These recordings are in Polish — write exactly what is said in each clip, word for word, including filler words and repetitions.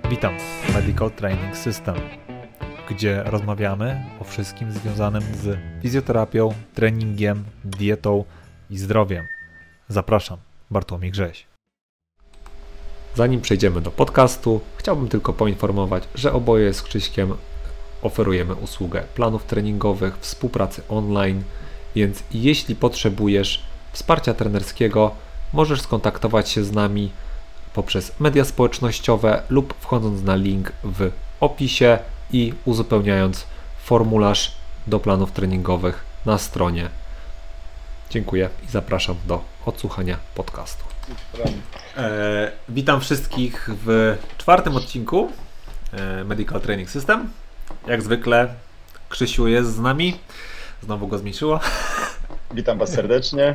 Witam w Medical Training System, gdzie rozmawiamy o wszystkim związanym z fizjoterapią, treningiem, dietą i zdrowiem. Zapraszam, Bartłomiej Grześ. Zanim przejdziemy do podcastu, chciałbym tylko poinformować, że oboje z Krzyśkiem oferujemy usługę planów treningowych, współpracy online, więc jeśli potrzebujesz wsparcia trenerskiego, możesz skontaktować się z nami poprzez media społecznościowe lub wchodząc na link w opisie i uzupełniając formularz do planów treningowych na stronie. Dziękuję i zapraszam do odsłuchania podcastu. E, witam wszystkich w czwartym odcinku e, Medical Training System. Jak zwykle Krzysiu jest z nami. Znowu go zmniejszyło. Witam Was serdecznie.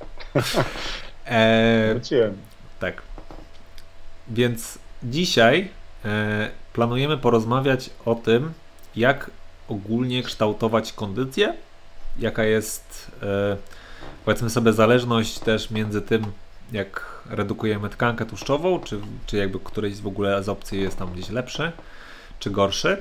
E, Wróciłem. tak. Więc dzisiaj e, planujemy porozmawiać o tym, jak ogólnie kształtować kondycję, jaka jest e, powiedzmy sobie zależność też między tym, jak redukujemy tkankę tłuszczową, czy, czy jakby któryś w ogóle z opcji jest tam gdzieś lepszy, czy gorszy.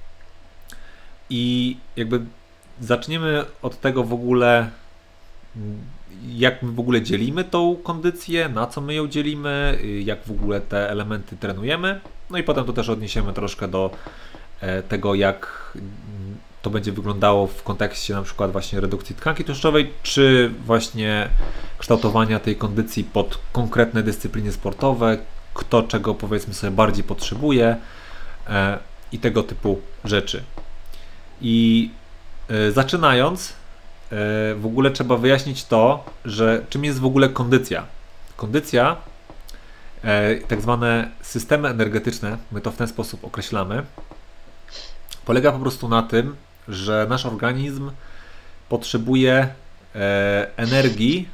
I jakby zaczniemy od tego w ogóle, jak my w ogóle dzielimy tą kondycję, na co my ją dzielimy, jak w ogóle te elementy trenujemy. No i potem to też odniesiemy troszkę do tego, jak to będzie wyglądało w kontekście na przykład właśnie redukcji tkanki tłuszczowej, czy właśnie kształtowania tej kondycji pod konkretne dyscypliny sportowe, kto czego powiedzmy sobie bardziej potrzebuje i tego typu rzeczy. I zaczynając, w ogóle trzeba wyjaśnić to, że czym jest w ogóle kondycja. Kondycja, tak zwane systemy energetyczne, my to w ten sposób określamy, polega po prostu na tym, że nasz organizm potrzebuje energii,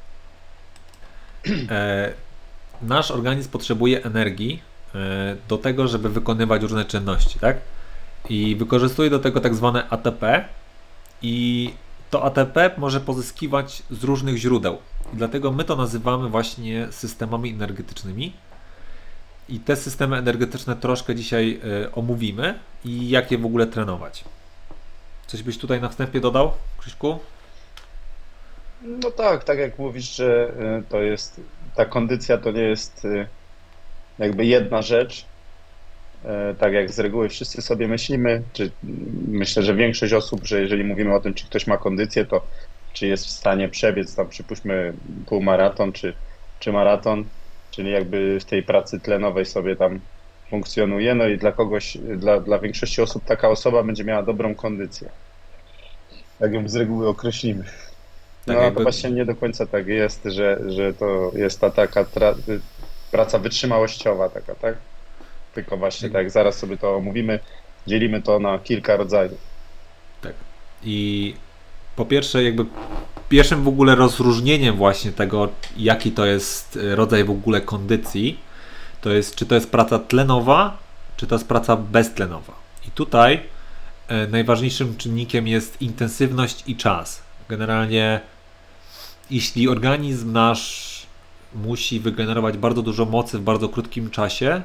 nasz organizm potrzebuje energii do tego, żeby wykonywać różne czynności, tak? I wykorzystuje do tego tak zwane A T P i to A T P może pozyskiwać z różnych źródeł. I dlatego my to nazywamy właśnie systemami energetycznymi. I te systemy energetyczne troszkę dzisiaj y, omówimy i jak je w ogóle trenować. Coś byś tutaj na wstępie dodał, Krzyśku? No tak, tak jak mówisz, że y, to jest, ta kondycja to nie jest y, jakby jedna rzecz, y, tak jak z reguły wszyscy sobie myślimy, czy myślę, że większość osób, że jeżeli mówimy o tym, czy ktoś ma kondycję, to czy jest w stanie przebiec tam przypuśćmy półmaraton, czy, czy maraton, czyli jakby w tej pracy tlenowej sobie tam funkcjonuje, no i dla kogoś, dla, dla większości osób taka osoba będzie miała dobrą kondycję. Tak ją z reguły określimy. No tak jakby... to właśnie nie do końca tak jest, że, że to jest ta taka tra... praca wytrzymałościowa taka, tak? Tylko właśnie tak, tak, zaraz sobie to omówimy, dzielimy to na kilka rodzajów. Tak. I po pierwsze jakby pierwszym w ogóle rozróżnieniem właśnie tego, jaki to jest rodzaj w ogóle kondycji, to jest, czy to jest praca tlenowa, czy to jest praca beztlenowa. I tutaj e, najważniejszym czynnikiem jest intensywność i czas. Generalnie jeśli organizm nasz musi wygenerować bardzo dużo mocy w bardzo krótkim czasie,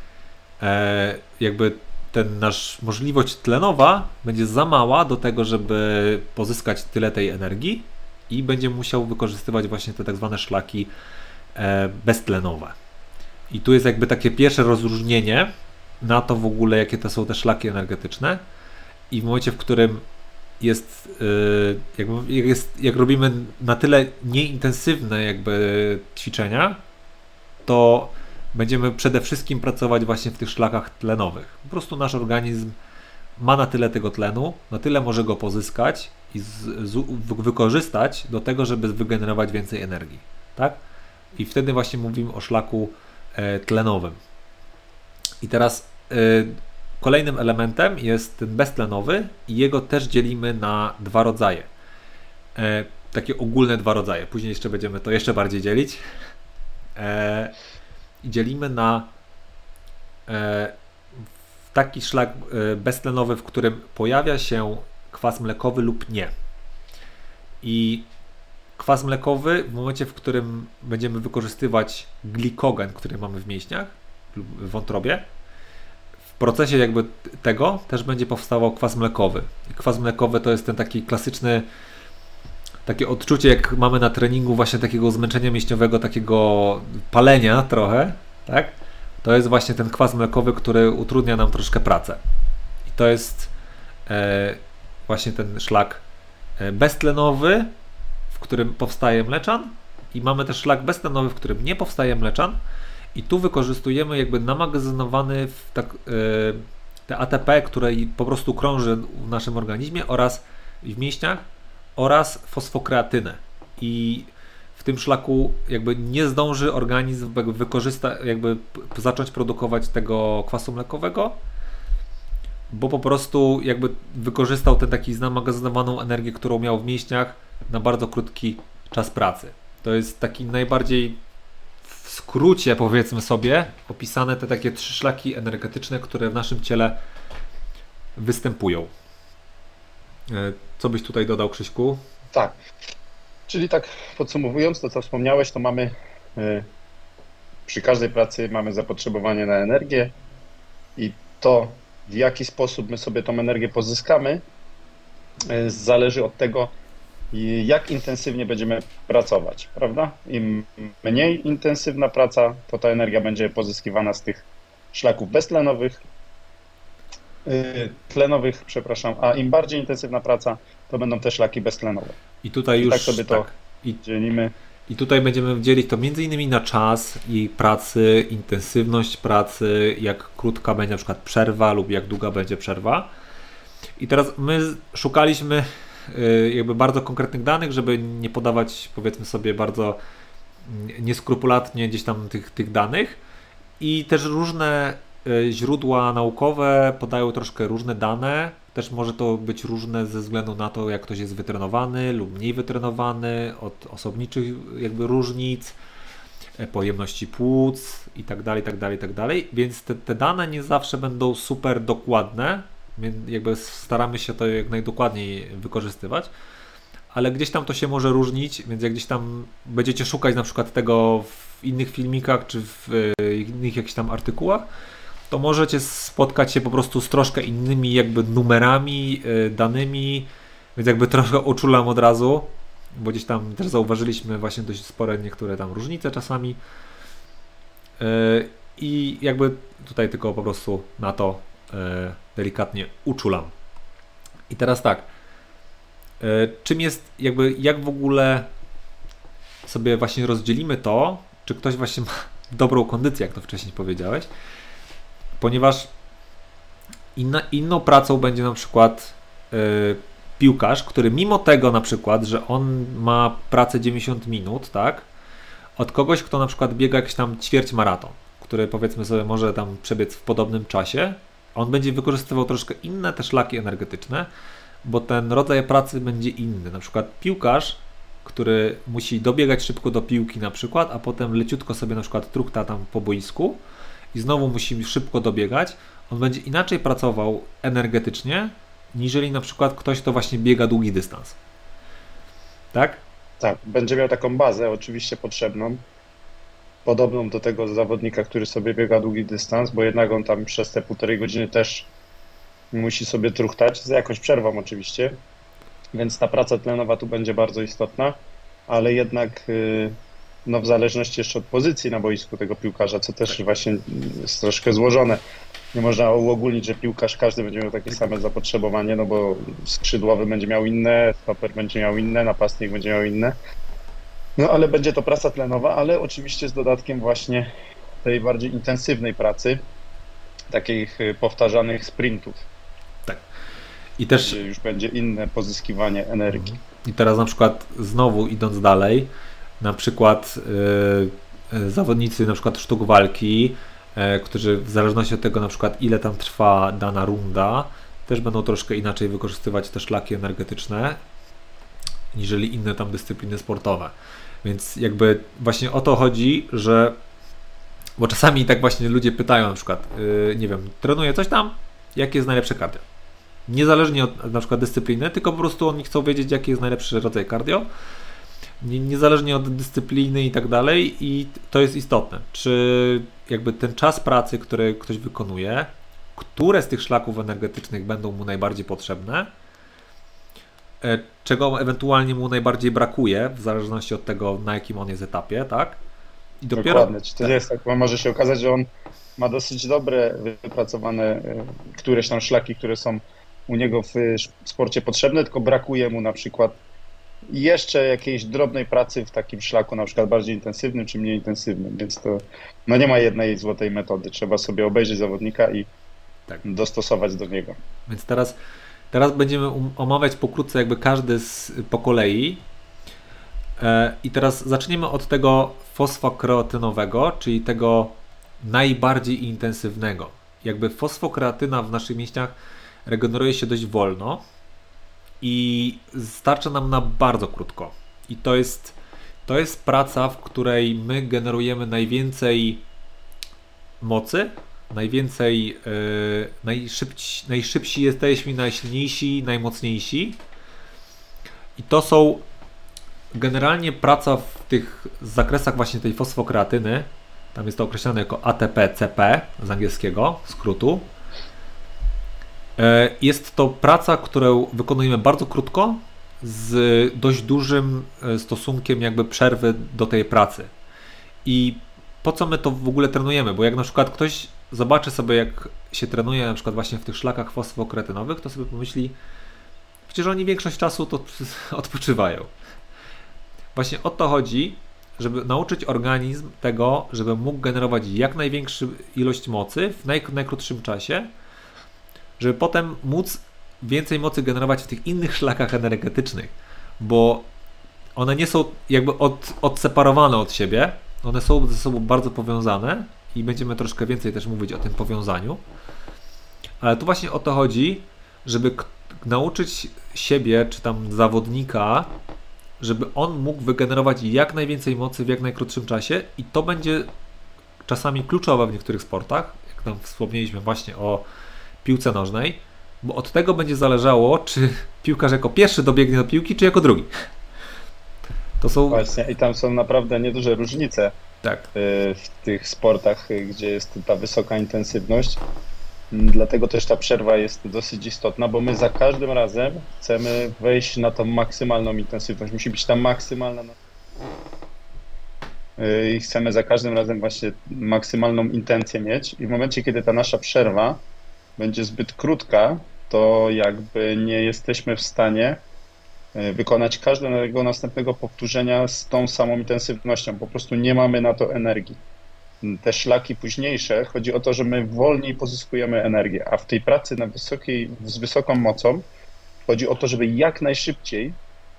e, jakby ten nasz możliwość tlenowa będzie za mała do tego, żeby pozyskać tyle tej energii i będzie musiał wykorzystywać właśnie te tak zwane szlaki e, beztlenowe. I tu jest jakby takie pierwsze rozróżnienie na to w ogóle, jakie to są te szlaki energetyczne i w momencie, w którym jest, yy, jakby, jest jak robimy na tyle nieintensywne jakby ćwiczenia, to będziemy przede wszystkim pracować właśnie w tych szlakach tlenowych. Po prostu nasz organizm ma na tyle tego tlenu, na tyle może go pozyskać i z, z, wykorzystać do tego, żeby wygenerować więcej energii, tak? I wtedy właśnie mówimy o szlaku e, tlenowym. I teraz e, kolejnym elementem jest ten beztlenowy i jego też dzielimy na dwa rodzaje. E, takie ogólne dwa rodzaje. Później jeszcze będziemy to jeszcze bardziej dzielić. E, I dzielimy na e, taki szlak e, beztlenowy, w którym pojawia się kwas mlekowy lub nie. I kwas mlekowy w momencie, w którym będziemy wykorzystywać glikogen, który mamy w mięśniach lub w wątrobie, procesie jakby tego też będzie powstawał kwas mlekowy. I kwas mlekowy to jest ten taki klasyczny, takie odczucie, jak mamy na treningu właśnie takiego zmęczenia mięśniowego, takiego palenia trochę, tak? To jest właśnie ten kwas mlekowy, który utrudnia nam troszkę pracę. I to jest e, właśnie ten szlak e, beztlenowy, w którym powstaje mleczan, i mamy też szlak beztlenowy, w którym nie powstaje mleczan, i tu wykorzystujemy jakby namagazynowany w tak, e, te A T P, które po prostu krąży w naszym organizmie oraz w mięśniach, oraz fosfokreatynę. I w tym szlaku jakby nie zdąży organizm jakby wykorzysta, jakby zacząć produkować tego kwasu mlekowego, bo po prostu jakby wykorzystał tę taką znamagazynowaną energię, którą miał w mięśniach, na bardzo krótki czas pracy. To jest taki najbardziej w skrócie, powiedzmy sobie, opisane te takie trzy szlaki energetyczne, które w naszym ciele występują. Co byś tutaj dodał, Krzyśku? Tak, czyli tak podsumowując to, co wspomniałeś, to mamy y, przy każdej pracy mamy zapotrzebowanie na energię i to, w jaki sposób my sobie tą energię pozyskamy, y, zależy od tego, y, jak intensywnie będziemy pracować, prawda? Im mniej intensywna praca, to ta energia będzie pozyskiwana z tych szlaków beztlenowych, tlenowych, przepraszam, a im bardziej intensywna praca, to będą te szlaki beztlenowe. I tutaj już I tak sobie to tak. I, dzielimy. I tutaj będziemy dzielić to między innymi na czas i pracy, intensywność pracy, jak krótka będzie na przykład przerwa lub jak długa będzie przerwa. I teraz my szukaliśmy jakby bardzo konkretnych danych, żeby nie podawać, powiedzmy sobie, bardzo nieskrupulatnie gdzieś tam tych, tych danych, i też różne źródła naukowe podają troszkę różne dane. Też może to być różne ze względu na to, jak ktoś jest wytrenowany lub mniej wytrenowany, od osobniczych jakby różnic, pojemności płuc i tak dalej, tak dalej, tak dalej. Więc te, te dane nie zawsze będą super dokładne. My jakby staramy się to jak najdokładniej wykorzystywać, ale gdzieś tam to się może różnić, więc jak gdzieś tam będziecie szukać na przykład tego w innych filmikach czy w innych jakichś tam artykułach, to możecie spotkać się po prostu z troszkę innymi jakby numerami, yy, danymi, więc jakby trochę uczulam od razu, bo gdzieś tam też zauważyliśmy właśnie dość spore niektóre tam różnice czasami, yy, i jakby tutaj tylko po prostu na to yy, delikatnie uczulam. I teraz tak, yy, czym jest jakby, jak w ogóle sobie właśnie rozdzielimy to, czy ktoś właśnie ma dobrą kondycję, jak to wcześniej powiedziałeś, ponieważ inna, inną pracą będzie na przykład yy, piłkarz, który mimo tego na przykład, że on ma pracę dziewięćdziesiąt minut, tak, od kogoś, kto na przykład biega jakiś tam ćwierć maraton, który powiedzmy sobie może tam przebiec w podobnym czasie, on będzie wykorzystywał troszkę inne te szlaki energetyczne, bo ten rodzaj pracy będzie inny. Na przykład piłkarz, który musi dobiegać szybko do piłki na przykład, a potem leciutko sobie na przykład trukta tam po boisku i znowu musi szybko dobiegać, on będzie inaczej pracował energetycznie, niżeli na przykład ktoś, kto właśnie biega długi dystans. Tak? Tak, będzie miał taką bazę oczywiście potrzebną, podobną do tego zawodnika, który sobie biega długi dystans, bo jednak on tam przez te półtorej godziny też musi sobie truchtać, z jakąś przerwą oczywiście, więc ta praca tlenowa tu będzie bardzo istotna, ale jednak no, w zależności jeszcze od pozycji na boisku tego piłkarza, co też właśnie jest troszkę złożone. Nie można uogólnić, że piłkarz każdy będzie miał takie same zapotrzebowanie, no bo skrzydłowy będzie miał inne, stoper będzie miał inne, napastnik będzie miał inne. No ale będzie to praca tlenowa, ale oczywiście z dodatkiem właśnie tej bardziej intensywnej pracy, takich powtarzanych sprintów. Tak. I też już będzie inne pozyskiwanie energii. I teraz na przykład znowu idąc dalej, na przykład yy, zawodnicy na przykład sztuk walki, yy, którzy w zależności od tego na przykład ile tam trwa dana runda, też będą troszkę inaczej wykorzystywać te szlaki energetyczne, niżeli inne tam dyscypliny sportowe. Więc jakby właśnie o to chodzi, że bo czasami tak właśnie ludzie pytają na przykład, yy, nie wiem, trenuję coś tam, jakie jest najlepsze cardio? Niezależnie od na przykład dyscypliny, tylko po prostu oni chcą wiedzieć, jaki jest najlepszy rodzaj cardio, niezależnie od dyscypliny i tak dalej, i to jest istotne, czy jakby ten czas pracy, który ktoś wykonuje, które z tych szlaków energetycznych będą mu najbardziej potrzebne, czego ewentualnie mu najbardziej brakuje, w zależności od tego, na jakim on jest etapie, tak? I dopiero... Dokładnie, czy to tak. jest tak, bo może się okazać, że on ma dosyć dobre, wypracowane któreś tam szlaki, które są u niego w sporcie potrzebne, tylko brakuje mu na przykład jeszcze jakiejś drobnej pracy w takim szlaku, na przykład bardziej intensywnym czy mniej intensywnym, więc to no nie ma jednej złotej metody, trzeba sobie obejrzeć zawodnika i tak dostosować do niego. Więc teraz, teraz będziemy omawiać pokrótce jakby każdy z, po kolei e, i teraz zaczniemy od tego fosfokreatynowego, czyli tego najbardziej intensywnego. Jakby fosfokreatyna w naszych mięśniach regeneruje się dość wolno i starcza nam na bardzo krótko. I to jest, to jest praca, w której my generujemy najwięcej mocy, najwięcej, yy, najszybci, najszybsi jesteśmy, najsilniejsi, najmocniejsi. I to są generalnie praca w tych zakresach właśnie tej fosfokreatyny. Tam jest to określane jako A T P C P z angielskiego skrótu. Jest to praca, którą wykonujemy bardzo krótko, z dość dużym stosunkiem jakby przerwy do tej pracy. I po co my to w ogóle trenujemy? Bo jak na przykład ktoś zobaczy sobie, jak się trenuje na przykład właśnie w tych szlakach fosfokreatynowych, to sobie pomyśli, przecież oni większość czasu to odpoczywają. Właśnie o to chodzi, żeby nauczyć organizm tego, żeby mógł generować jak największą ilość mocy w naj, najkrótszym czasie, żeby potem móc więcej mocy generować w tych innych szlakach energetycznych, bo one nie są jakby od, odseparowane od siebie, one są ze sobą bardzo powiązane i będziemy troszkę więcej też mówić o tym powiązaniu, ale tu właśnie o to chodzi, żeby k- nauczyć siebie, czy tam zawodnika, żeby on mógł wygenerować jak najwięcej mocy w jak najkrótszym czasie i to będzie czasami kluczowe w niektórych sportach, jak tam wspomnieliśmy właśnie o piłce nożnej, bo od tego będzie zależało, czy piłkarz jako pierwszy dobiegnie do piłki, czy jako drugi. To są... Właśnie i tam są naprawdę nieduże różnice tak. w tych sportach, gdzie jest ta wysoka intensywność. Dlatego też ta przerwa jest dosyć istotna, bo my za każdym razem chcemy wejść na tą maksymalną intensywność. Musi być ta maksymalna i chcemy za każdym razem właśnie maksymalną intencję mieć i w momencie, kiedy ta nasza przerwa będzie zbyt krótka, to jakby nie jesteśmy w stanie wykonać każdego następnego powtórzenia z tą samą intensywnością. Po prostu nie mamy na to energii. Te szlaki późniejsze, chodzi o to, że my wolniej pozyskujemy energię, a w tej pracy na wysokiej, z wysoką mocą chodzi o to, żeby jak najszybciej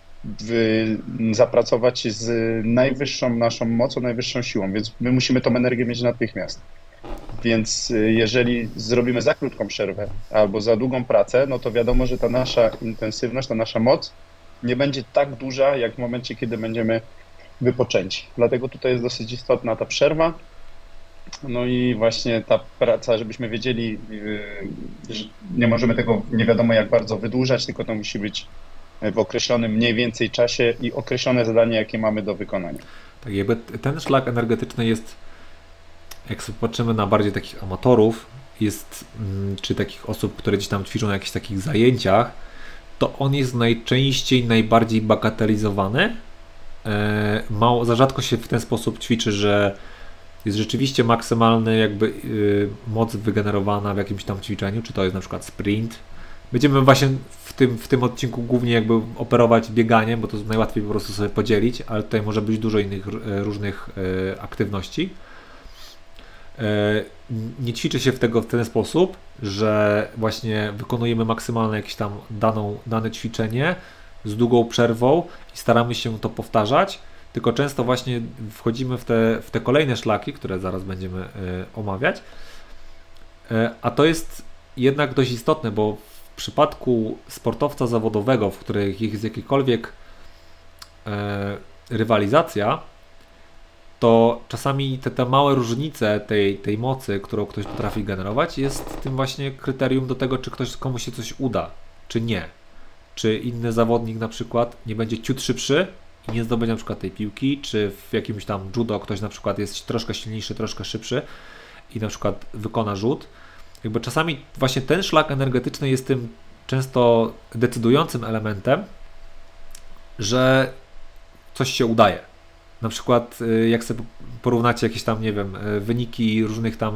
w, zapracować z najwyższą naszą mocą, najwyższą siłą, więc my musimy tą energię mieć natychmiast. Więc jeżeli zrobimy za krótką przerwę albo za długą pracę, no to wiadomo, że ta nasza intensywność, ta nasza moc nie będzie tak duża, jak w momencie, kiedy będziemy wypoczęci. Dlatego tutaj jest dosyć istotna ta przerwa. No i właśnie ta praca, żebyśmy wiedzieli, że nie możemy tego nie wiadomo jak bardzo wydłużać, tylko to musi być w określonym mniej więcej czasie i określone zadanie, jakie mamy do wykonania. Tak, jakby ten szlak energetyczny jest, jak sobie patrzymy na bardziej takich amatorów, jest, czy takich osób, które gdzieś tam ćwiczą na jakichś takich zajęciach, to on jest najczęściej najbardziej bagatelizowany. Mało, za rzadko się w ten sposób ćwiczy, że jest rzeczywiście maksymalny jakby yy, moc wygenerowana w jakimś tam ćwiczeniu, czy to jest na przykład sprint. Będziemy właśnie w tym, w tym odcinku głównie jakby operować bieganiem, bo to najłatwiej po prostu sobie podzielić, ale tutaj może być dużo innych yy, różnych yy, aktywności. Yy, nie ćwiczy się w tego w ten sposób, że właśnie wykonujemy maksymalne jakieś tam daną, dane ćwiczenie z długą przerwą i staramy się to powtarzać, tylko często właśnie wchodzimy w te, w te kolejne szlaki, które zaraz będziemy y, omawiać, y, a to jest jednak dość istotne, bo w przypadku sportowca zawodowego, w którym jest jakakolwiek y, rywalizacja, to czasami te, te małe różnice tej, tej mocy, którą ktoś potrafi generować, jest tym właśnie kryterium do tego, czy ktoś komuś się coś uda, czy nie. Czy inny zawodnik na przykład nie będzie ciut szybszy i nie zdobędzie na przykład tej piłki, czy w jakimś tam judo ktoś na przykład jest troszkę silniejszy, troszkę szybszy i na przykład wykona rzut, jakby czasami właśnie ten szlak energetyczny jest tym często decydującym elementem, że coś się udaje. Na przykład jak sobie porównacie jakieś tam, nie wiem, wyniki różnych tam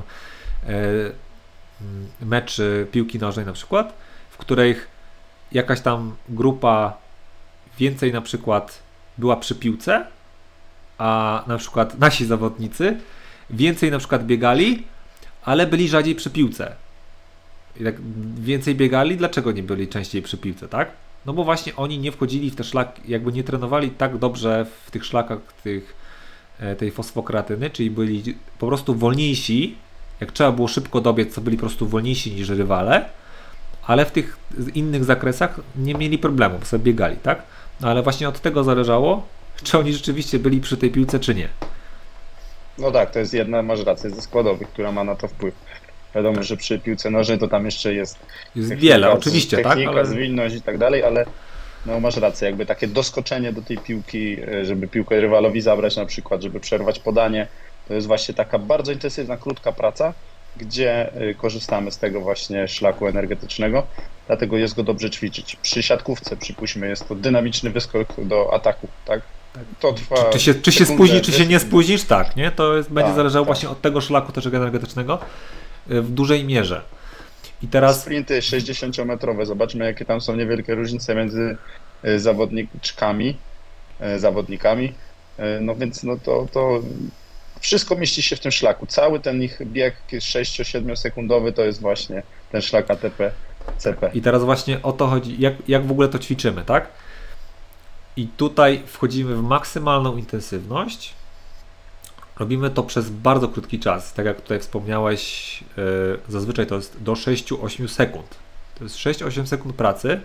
meczy piłki nożnej na przykład, w których jakaś tam grupa więcej na przykład była przy piłce, a na przykład nasi zawodnicy więcej na przykład biegali, ale byli rzadziej przy piłce. I tak więcej biegali, dlaczego nie byli częściej przy piłce, tak? No bo właśnie oni nie wchodzili w te szlaki, jakby nie trenowali tak dobrze w tych szlakach tych, tej fosfokreatyny, czyli byli po prostu wolniejsi, jak trzeba było szybko dobiec, to byli po prostu wolniejsi niż rywale, ale w tych innych zakresach nie mieli problemu, bo sobie biegali, tak? No ale właśnie od tego zależało, czy oni rzeczywiście byli przy tej piłce, czy nie. No tak, to jest jedna, masz rację, ze składowych, która ma na to wpływ. Wiadomo, tak. że przy piłce nożnej to tam jeszcze jest jest technika, wiele, oczywiście, technika, tak? Ale... zwinność i tak dalej, ale no masz rację, jakby takie doskoczenie do tej piłki, żeby piłkę rywalowi zabrać na przykład, żeby przerwać podanie, to jest właśnie taka bardzo intensywna, krótka praca, gdzie korzystamy z tego właśnie szlaku energetycznego, dlatego jest go dobrze ćwiczyć. Przy siatkówce, przypuśćmy, jest to dynamiczny wyskok do ataku, tak? To trwa czy, czy się, czy się spóźnisz, czy się nie spóźnisz, tak, nie? To jest, będzie tak, zależało tak. właśnie od tego szlaku też energetycznego w dużej mierze. I teraz... Sprinty sześćdziesięciometrowe, zobaczmy jakie tam są niewielkie różnice między zawodniczkami, zawodnikami, no więc no to, to wszystko mieści się w tym szlaku. Cały ten ich bieg sześć-siedem sekundowy to jest właśnie ten szlak A T P C P. I teraz właśnie o to chodzi, jak, jak w ogóle to ćwiczymy, tak? I tutaj wchodzimy w maksymalną intensywność. Robimy to przez bardzo krótki czas. Tak jak tutaj wspomniałeś, yy, zazwyczaj to jest do sześć do ośmiu sekund. To jest sześć do ośmiu sekund pracy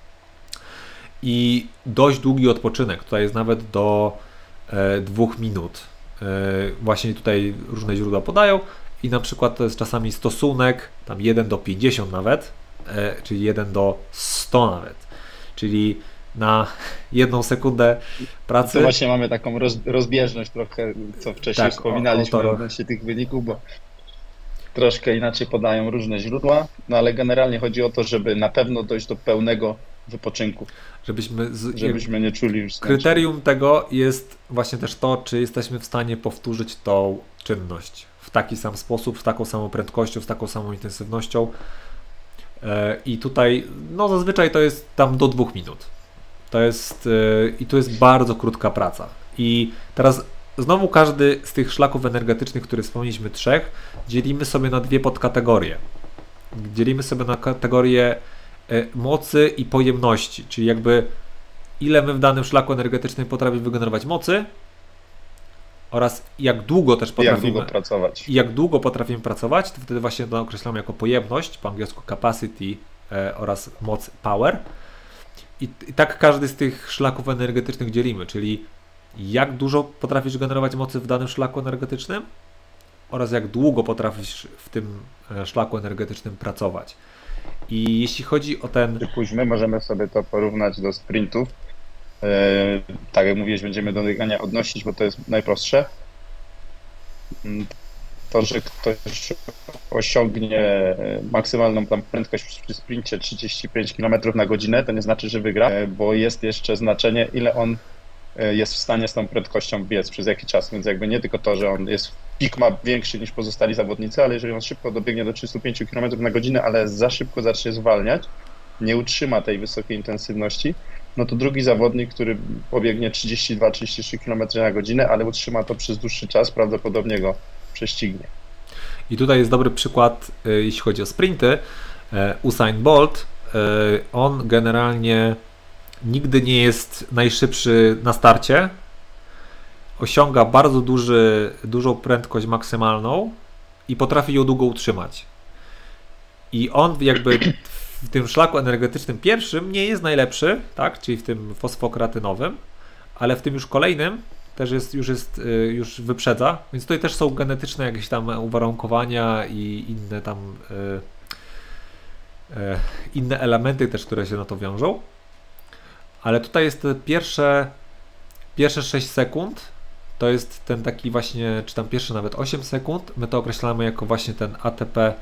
i dość długi odpoczynek. Tutaj jest nawet do yy, dwóch minut. Yy, właśnie tutaj różne źródła podają i na przykład to jest czasami stosunek tam jeden do pięćdziesięciu nawet, yy, czyli jeden do stu nawet. Czyli na jedną sekundę pracy. To właśnie mamy taką roz, rozbieżność trochę, co wcześniej tak, wspominaliśmy o, o odnośnie tych wyników, bo troszkę inaczej podają różne źródła, no ale generalnie chodzi o to, żeby na pewno dojść do pełnego wypoczynku. Żebyśmy, z, żebyśmy nie czuli już kryterium tego jest właśnie też to, czy jesteśmy w stanie powtórzyć tą czynność w taki sam sposób, z taką samą prędkością, z taką samą intensywnością. I tutaj no zazwyczaj to jest tam do dwóch minut. To jest yy, i to jest bardzo krótka praca. I teraz znowu każdy z tych szlaków energetycznych, które wspomnieliśmy trzech, dzielimy sobie na dwie podkategorie. Dzielimy sobie na kategorię yy, mocy i pojemności, czyli jakby ile my w danym szlaku energetycznym potrafimy wygenerować mocy oraz jak długo też potrafimy jak długo pracować. I jak długo potrafimy pracować, to wtedy właśnie to określamy jako pojemność, po angielsku capacity yy, oraz moc power. I, I tak każdy z tych szlaków energetycznych dzielimy, czyli jak dużo potrafisz generować mocy w danym szlaku energetycznym oraz jak długo potrafisz w tym szlaku energetycznym pracować. I jeśli chodzi o ten... Przypuśćmy, możemy sobie to porównać do sprintów. Yy, tak jak mówiłeś, będziemy do biegania odnosić, bo to jest najprostsze. To, że ktoś osiągnie maksymalną tam prędkość przy sprincie trzydzieści pięć kilometrów na godzinę, to nie znaczy, że wygra, bo jest jeszcze znaczenie, ile on jest w stanie z tą prędkością biec, przez jaki czas. Więc jakby nie tylko to, że on jest pik ma większy niż pozostali zawodnicy, ale jeżeli on szybko dobiegnie do trzydziestu pięciu kilometrów na godzinę, ale za szybko zacznie zwalniać, nie utrzyma tej wysokiej intensywności, no to drugi zawodnik, który pobiegnie trzydzieści dwa trzydzieści trzy kilometry na godzinę, ale utrzyma to przez dłuższy czas, prawdopodobnie go prześcignie. I tutaj jest dobry przykład, jeśli chodzi o sprinty. Usain Bolt, on generalnie nigdy nie jest najszybszy na starcie, osiąga bardzo duży, dużą prędkość maksymalną i potrafi ją długo utrzymać. I on jakby w tym szlaku energetycznym pierwszym nie jest najlepszy, tak, czyli w tym fosfokreatynowym, ale w tym już kolejnym też jest, już jest, już wyprzedza, więc tutaj też są genetyczne jakieś tam uwarunkowania i inne tam e, e, inne elementy też, które się na to wiążą. Ale tutaj jest te pierwsze pierwsze sześć sekund, to jest ten taki właśnie, czy tam pierwsze nawet osiem sekund, my to określamy jako właśnie ten A T P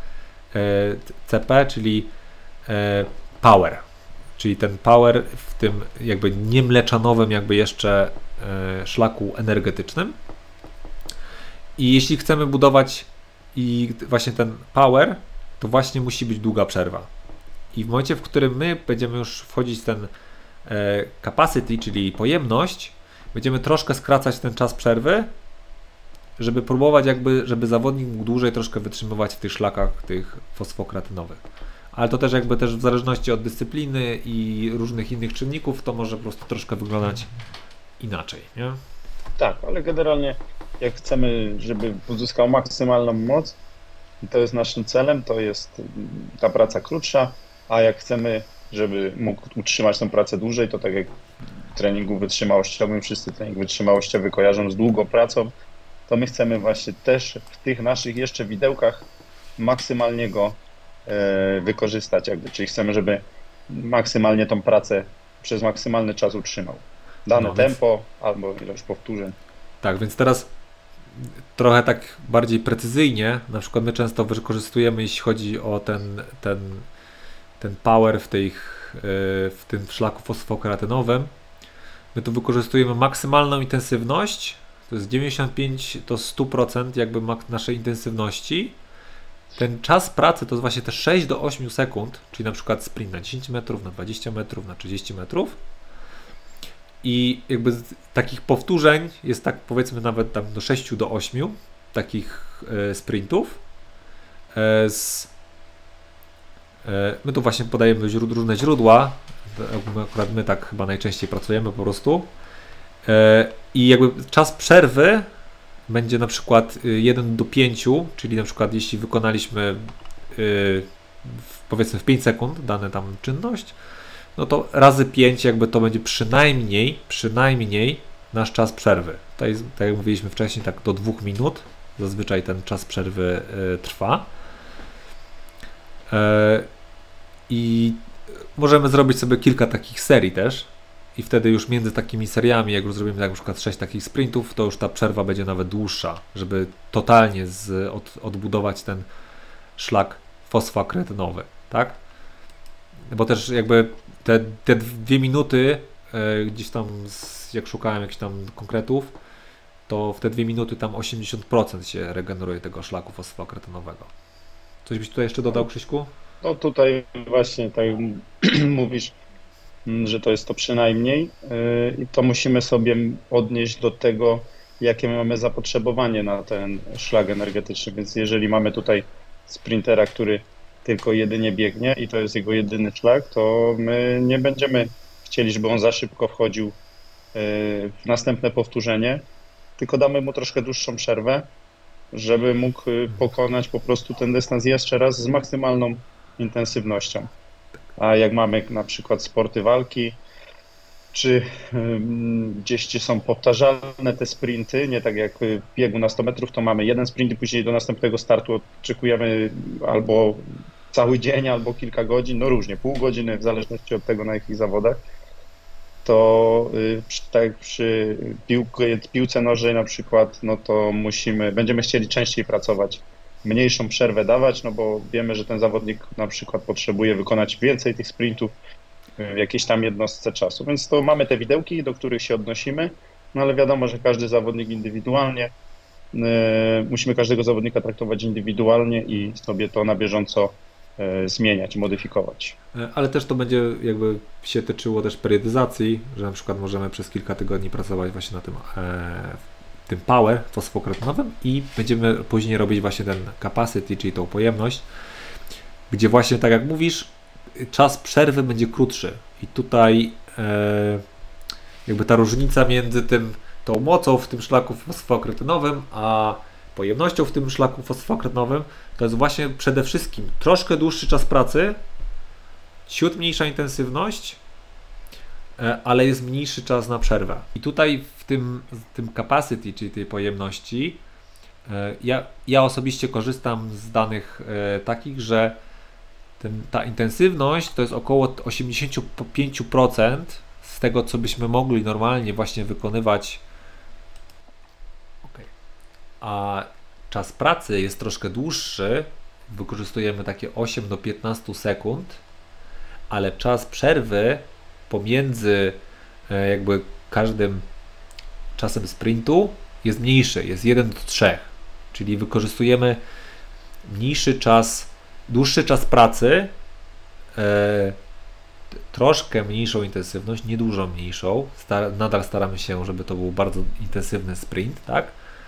C P, czyli power, czyli ten power w tym jakby niemleczanowym jakby jeszcze szlaku energetycznym. I jeśli chcemy budować i właśnie ten power, to właśnie musi być długa przerwa. I w momencie, w którym my będziemy już wchodzić w ten capacity, czyli pojemność, będziemy troszkę skracać ten czas przerwy, żeby próbować jakby, żeby zawodnik mógł dłużej troszkę wytrzymywać w tych szlakach tych fosfokreatynowych. Ale to też jakby też w zależności od dyscypliny i różnych innych czynników, to może po prostu troszkę wyglądać inaczej, nie? Tak, ale generalnie jak chcemy, żeby uzyskał maksymalną moc, to jest naszym celem, to jest ta praca krótsza, a jak chcemy, żeby mógł utrzymać tę pracę dłużej, to tak jak w treningu wytrzymałościowym, wszyscy trening wytrzymałościowy kojarzą z długą pracą, to my chcemy właśnie też w tych naszych jeszcze widełkach maksymalnie go e, wykorzystać, jakby, czyli chcemy, żeby maksymalnie tą pracę przez maksymalny czas utrzymał. Dane No, więc... tempo albo ilość powtórzeń. Tak, więc teraz trochę tak bardziej precyzyjnie, na przykład my często wykorzystujemy, jeśli chodzi o ten, ten, ten power w, tej, w tym szlaku fosfokreatynowym, my tu wykorzystujemy maksymalną intensywność, to jest dziewięćdziesiąt pięć do stu procent jakby naszej intensywności. Ten czas pracy to jest właśnie te sześć do ośmiu sekund, czyli na przykład sprint na dziesięć metrów, na dwadzieścia metrów, na trzydzieści metrów. I jakby z takich powtórzeń jest tak powiedzmy nawet tam do sześciu do ośmiu takich e, sprintów. E, z, e, my tu właśnie podajemy źród, różne źródła, akurat my tak chyba najczęściej pracujemy po prostu. E, I jakby czas przerwy będzie na przykład jeden do pięciu, czyli na przykład jeśli wykonaliśmy e, w, powiedzmy w pięć sekund dane tam czynność, no to razy pięć jakby to będzie przynajmniej, przynajmniej nasz czas przerwy. Tutaj, tak jak mówiliśmy wcześniej, tak do dwóch minut zazwyczaj ten czas przerwy y, trwa. Y, I możemy zrobić sobie kilka takich serii też i wtedy już między takimi seriami, jak już zrobimy tak na przykład sześć takich sprintów, to już ta przerwa będzie nawet dłuższa, żeby totalnie z, od, odbudować ten szlak fosfokreatynowy, tak? Bo też jakby te, te dwie minuty, e, gdzieś tam z, jak szukałem jakichś tam konkretów, to w te dwie minuty tam osiemdziesiąt procent się regeneruje tego szlaku fosfokreatynowego. Coś byś tutaj jeszcze dodał, Krzyśku? No tutaj właśnie tak mówisz, że to jest to przynajmniej i to musimy sobie odnieść do tego, jakie mamy zapotrzebowanie na ten szlak energetyczny, więc jeżeli mamy tutaj sprintera, który tylko jedynie biegnie i to jest jego jedyny szlak, to my nie będziemy chcieli, żeby on za szybko wchodził w następne powtórzenie, tylko damy mu troszkę dłuższą przerwę, żeby mógł pokonać po prostu ten dystans jeszcze raz z maksymalną intensywnością. A jak mamy na przykład sporty walki, czy gdzieś gdzie są powtarzalne te sprinty, nie tak jak w biegu na sto metrów, to mamy jeden sprint i później do następnego startu oczekujemy albo cały dzień, albo kilka godzin, no różnie, pół godziny, w zależności od tego, na jakich zawodach, to tak jak przy piłce, piłce nożnej na przykład, no to musimy, będziemy chcieli częściej pracować, mniejszą przerwę dawać, no bo wiemy, że ten zawodnik na przykład potrzebuje wykonać więcej tych sprintów w jakiejś tam jednostce czasu, więc to mamy te widełki, do których się odnosimy, no ale wiadomo, że każdy zawodnik indywidualnie, yy, musimy każdego zawodnika traktować indywidualnie i sobie to na bieżąco yy, zmieniać, modyfikować. Ale też to będzie jakby się tyczyło też periodyzacji, że na przykład możemy przez kilka tygodni pracować właśnie na tym, e, tym power fosfokreatynowym i będziemy później robić właśnie ten capacity, czyli tą pojemność, gdzie właśnie tak jak mówisz, czas przerwy będzie krótszy i tutaj e, jakby ta różnica między tym, tą mocą w tym szlaku fosfokreatynowym, a pojemnością w tym szlaku fosfokreatynowym, to jest właśnie przede wszystkim troszkę dłuższy czas pracy, ciut mniejsza intensywność, e, ale jest mniejszy czas na przerwę. I tutaj w tym, tym capacity, czyli tej pojemności, e, ja, ja osobiście korzystam z danych e, takich, że Ten, ta intensywność to jest około osiemdziesiąt pięć procent z tego, co byśmy mogli normalnie właśnie wykonywać. Okay. A czas pracy jest troszkę dłuższy wykorzystujemy takie osiem do piętnastu sekund, ale czas przerwy pomiędzy e, jakby każdym czasem sprintu jest mniejszy, jest jeden do trzech, czyli wykorzystujemy mniejszy czas, dłuższy czas pracy, e, troszkę mniejszą intensywność, nie dużo mniejszą, Star- nadal staramy się, żeby to był bardzo intensywny sprint, tak?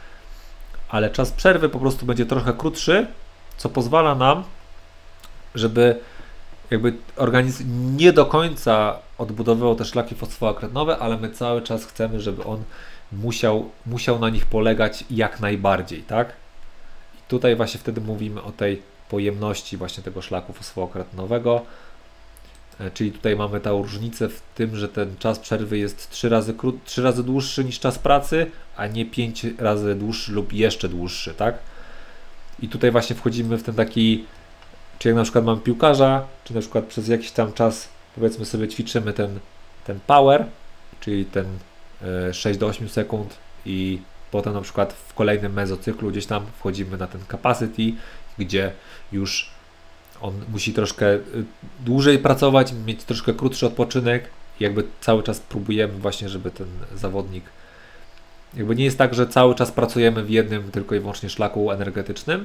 Ale czas przerwy po prostu będzie trochę krótszy, co pozwala nam, żeby jakby organizm nie do końca odbudowywał te szlaki fosfoakretonowe, ale my cały czas chcemy, żeby on musiał, musiał na nich polegać jak najbardziej, tak? I tutaj właśnie wtedy mówimy o tej pojemności właśnie tego szlaku fosfoakretonowego, czyli tutaj mamy tę różnicę w tym, że ten czas przerwy jest trzy razy, kró- trzy razy dłuższy niż czas pracy, a nie pięć razy dłuższy lub jeszcze dłuższy, tak? I tutaj właśnie wchodzimy w ten taki, czy jak na przykład mamy piłkarza, czy na przykład przez jakiś tam czas, powiedzmy sobie, ćwiczymy ten, ten power, czyli ten y, sześć do ośmiu sekund i potem na przykład w kolejnym mezocyklu gdzieś tam wchodzimy na ten capacity, gdzie już on musi troszkę dłużej pracować, mieć troszkę krótszy odpoczynek i jakby cały czas próbujemy właśnie, żeby ten zawodnik, jakby nie jest tak, że cały czas pracujemy w jednym tylko i wyłącznie szlaku energetycznym,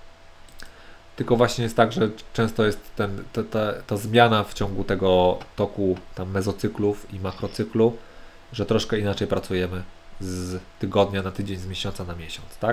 tylko właśnie jest tak, że często jest ten, ta, ta, ta zmiana w ciągu tego toku tam mezocyklów i makrocyklu, że troszkę inaczej pracujemy z tygodnia na tydzień, z miesiąca na miesiąc, tak?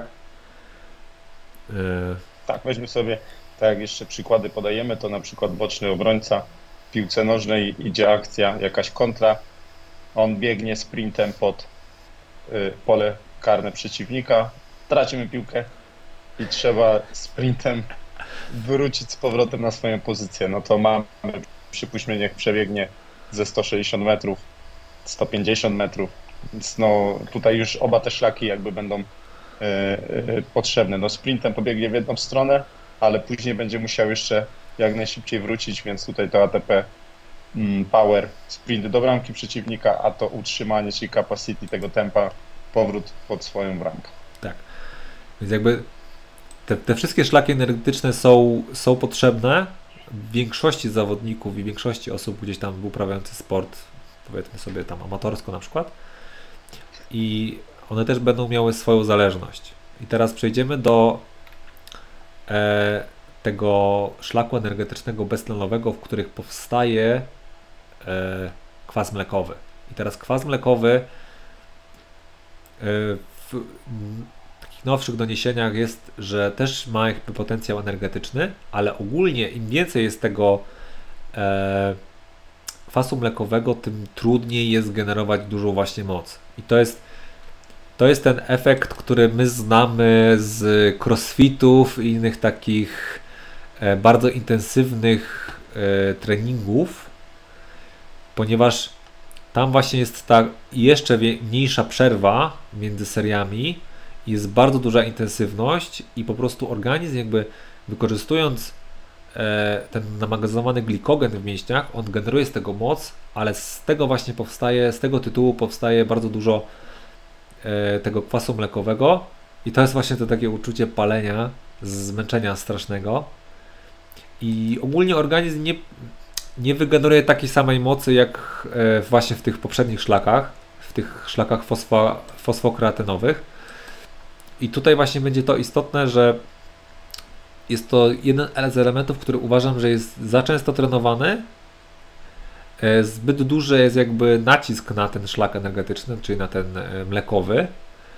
Yy. Tak, weźmy sobie, tak jak jeszcze przykłady podajemy, to na przykład boczny obrońca w piłce nożnej idzie akcja, jakaś kontra, on biegnie sprintem pod y, pole karne przeciwnika, tracimy piłkę i trzeba sprintem wrócić z powrotem na swoją pozycję. No to mamy, przypuśćmy, niech przebiegnie ze sto sześćdziesiąt metrów, sto pięćdziesiąt metrów, więc no tutaj już oba te szlaki jakby będą y, y, potrzebne. No sprintem pobiegnie w jedną stronę, ale później będzie musiał jeszcze jak najszybciej wrócić, więc tutaj to A T P mm, Power, sprint do bramki przeciwnika, a to utrzymanie, czyli capacity tego tempa, powrót pod swoją bramkę. Tak, więc jakby te, te wszystkie szlaki energetyczne są, są potrzebne większości zawodników i większości osób gdzieś tam uprawiających sport, powiedzmy sobie tam amatorsko na przykład, i one też będą miały swoją zależność. I teraz przejdziemy do e, tego szlaku energetycznego beztlenowego, w których powstaje e, kwas mlekowy. I teraz kwas mlekowy e, w m, takich nowszych doniesieniach jest, że też ma jakby potencjał energetyczny, ale ogólnie im więcej jest tego e, kwasu mlekowego, tym trudniej jest generować dużą właśnie moc. I to jest To jest ten efekt, który my znamy z crossfitów i innych takich e, bardzo intensywnych e, treningów, ponieważ tam właśnie jest ta jeszcze mniejsza przerwa między seriami, jest bardzo duża intensywność i po prostu organizm jakby wykorzystując e, ten namagazynowany glikogen w mięśniach, on generuje z tego moc, ale z tego właśnie powstaje, z tego tytułu powstaje bardzo dużo tego kwasu mlekowego i to jest właśnie to takie uczucie palenia, zmęczenia strasznego i ogólnie organizm nie, nie wygeneruje takiej samej mocy jak właśnie w tych poprzednich szlakach, w tych szlakach fosfo, fosfokreatynowych i tutaj właśnie będzie to istotne, że jest to jeden z elementów, który uważam, że jest za często trenowany. Zbyt duży jest jakby nacisk na ten szlak energetyczny, czyli na ten mlekowy.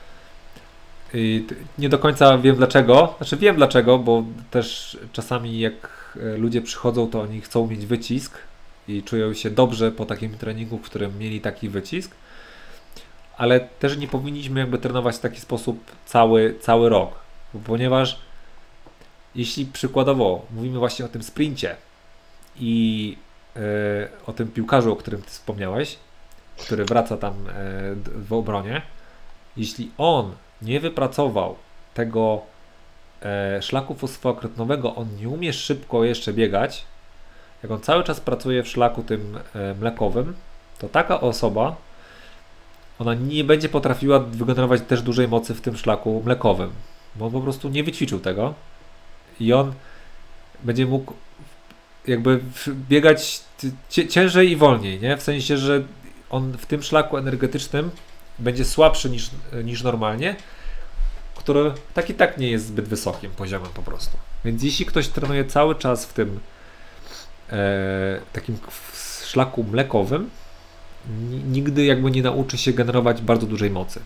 I nie do końca wiem dlaczego. Znaczy wiem dlaczego, bo też czasami jak ludzie przychodzą, to oni chcą mieć wycisk i czują się dobrze po takim treningu, w którym mieli taki wycisk. Ale też nie powinniśmy jakby trenować w taki sposób cały, cały rok. Ponieważ jeśli przykładowo mówimy właśnie o tym sprincie i o tym piłkarzu, o którym ty wspomniałeś, który wraca tam w obronie, jeśli on nie wypracował tego szlaku fosfoakretonowego, on nie umie szybko jeszcze biegać, jak on cały czas pracuje w szlaku tym mlekowym, to taka osoba, ona nie będzie potrafiła wygenerować też dużej mocy w tym szlaku mlekowym, bo on po prostu nie wyćwiczył tego i on będzie mógł jakby biegać ciężej i wolniej, nie? W sensie, że on w tym szlaku energetycznym będzie słabszy niż, niż normalnie, który tak i tak nie jest zbyt wysokim poziomem po prostu. Więc jeśli ktoś trenuje cały czas w tym e, takim szlaku mlekowym, nigdy jakby nie nauczy się generować bardzo dużej mocy.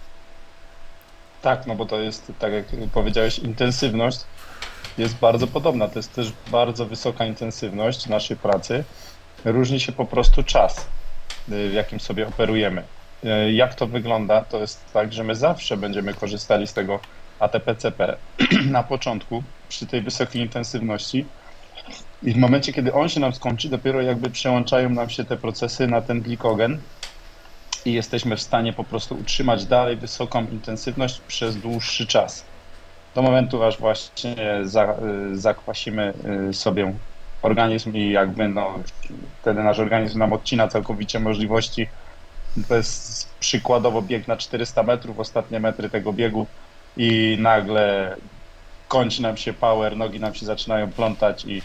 Tak, no bo to jest, tak jak powiedziałeś, intensywność jest bardzo podobna. To jest też bardzo wysoka intensywność naszej pracy. Różni się po prostu czas, w jakim sobie operujemy. Jak to wygląda? To jest tak, że my zawsze będziemy korzystali z tego A T P C P na początku przy tej wysokiej intensywności i w momencie, kiedy on się nam skończy, dopiero jakby przełączają nam się te procesy na ten glikogen i jesteśmy w stanie po prostu utrzymać dalej wysoką intensywność przez dłuższy czas. Do momentu, aż właśnie za, zakwasimy sobie organizm i jakby no, wtedy nasz organizm nam odcina całkowicie możliwości. To jest przykładowo bieg na czterysta metrów, ostatnie metry tego biegu i nagle kończy nam się power, nogi nam się zaczynają plątać i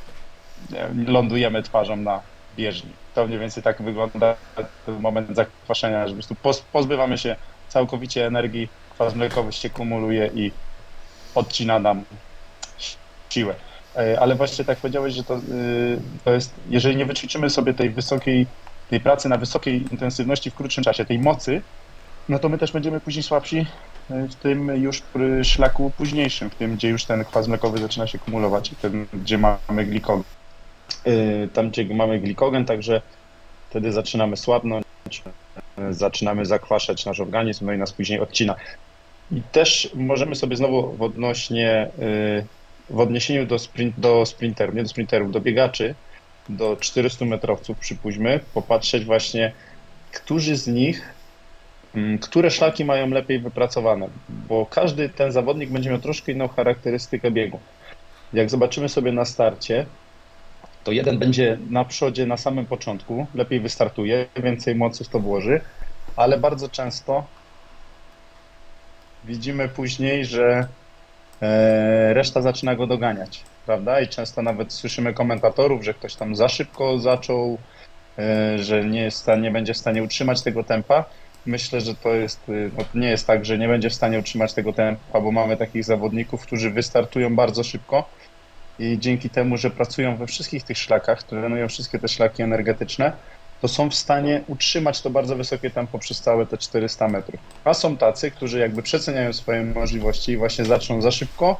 lądujemy twarzą na bieżni. To mniej więcej tak wygląda ten moment zakwaszenia, że po prostu pozbywamy się całkowicie energii, kwas mlekowy się kumuluje i odcina nam siłę. Ale właśnie tak powiedziałeś, że to, to jest, jeżeli nie wyćwiczymy sobie tej wysokiej, tej pracy na wysokiej intensywności w krótszym czasie, tej mocy, no to my też będziemy później słabsi w tym już szlaku późniejszym, w tym, gdzie już ten kwas mlekowy zaczyna się kumulować, tym, gdzie mamy glikogen. Tam, gdzie mamy glikogen, także wtedy zaczynamy słabnąć, zaczynamy zakwaszać nasz organizm, no i nas później odcina. I też możemy sobie znowu w odnośnie, w odniesieniu do, sprint, do sprinterów, nie do sprinterów, do biegaczy, do czterystu metrowców przypuśćmy, popatrzeć właśnie, którzy z nich, które szlaki mają lepiej wypracowane, bo każdy ten zawodnik będzie miał troszkę inną charakterystykę biegu. Jak zobaczymy sobie na starcie, to jeden będzie na przodzie na samym początku, lepiej wystartuje, więcej mocy w to włoży, ale bardzo często widzimy później, że reszta zaczyna go doganiać, prawda? I często nawet słyszymy komentatorów, że ktoś tam za szybko zaczął, że nie, jest, nie będzie w stanie utrzymać tego tempa. Myślę, że to jest, no to nie jest tak, że nie będzie w stanie utrzymać tego tempa, bo mamy takich zawodników, którzy wystartują bardzo szybko i dzięki temu, że pracują we wszystkich tych szlakach, trenują wszystkie te szlaki energetyczne, to są w stanie utrzymać to bardzo wysokie tempo przez całe te czterysta metrów. A są tacy, którzy jakby przeceniają swoje możliwości i właśnie zaczną za szybko,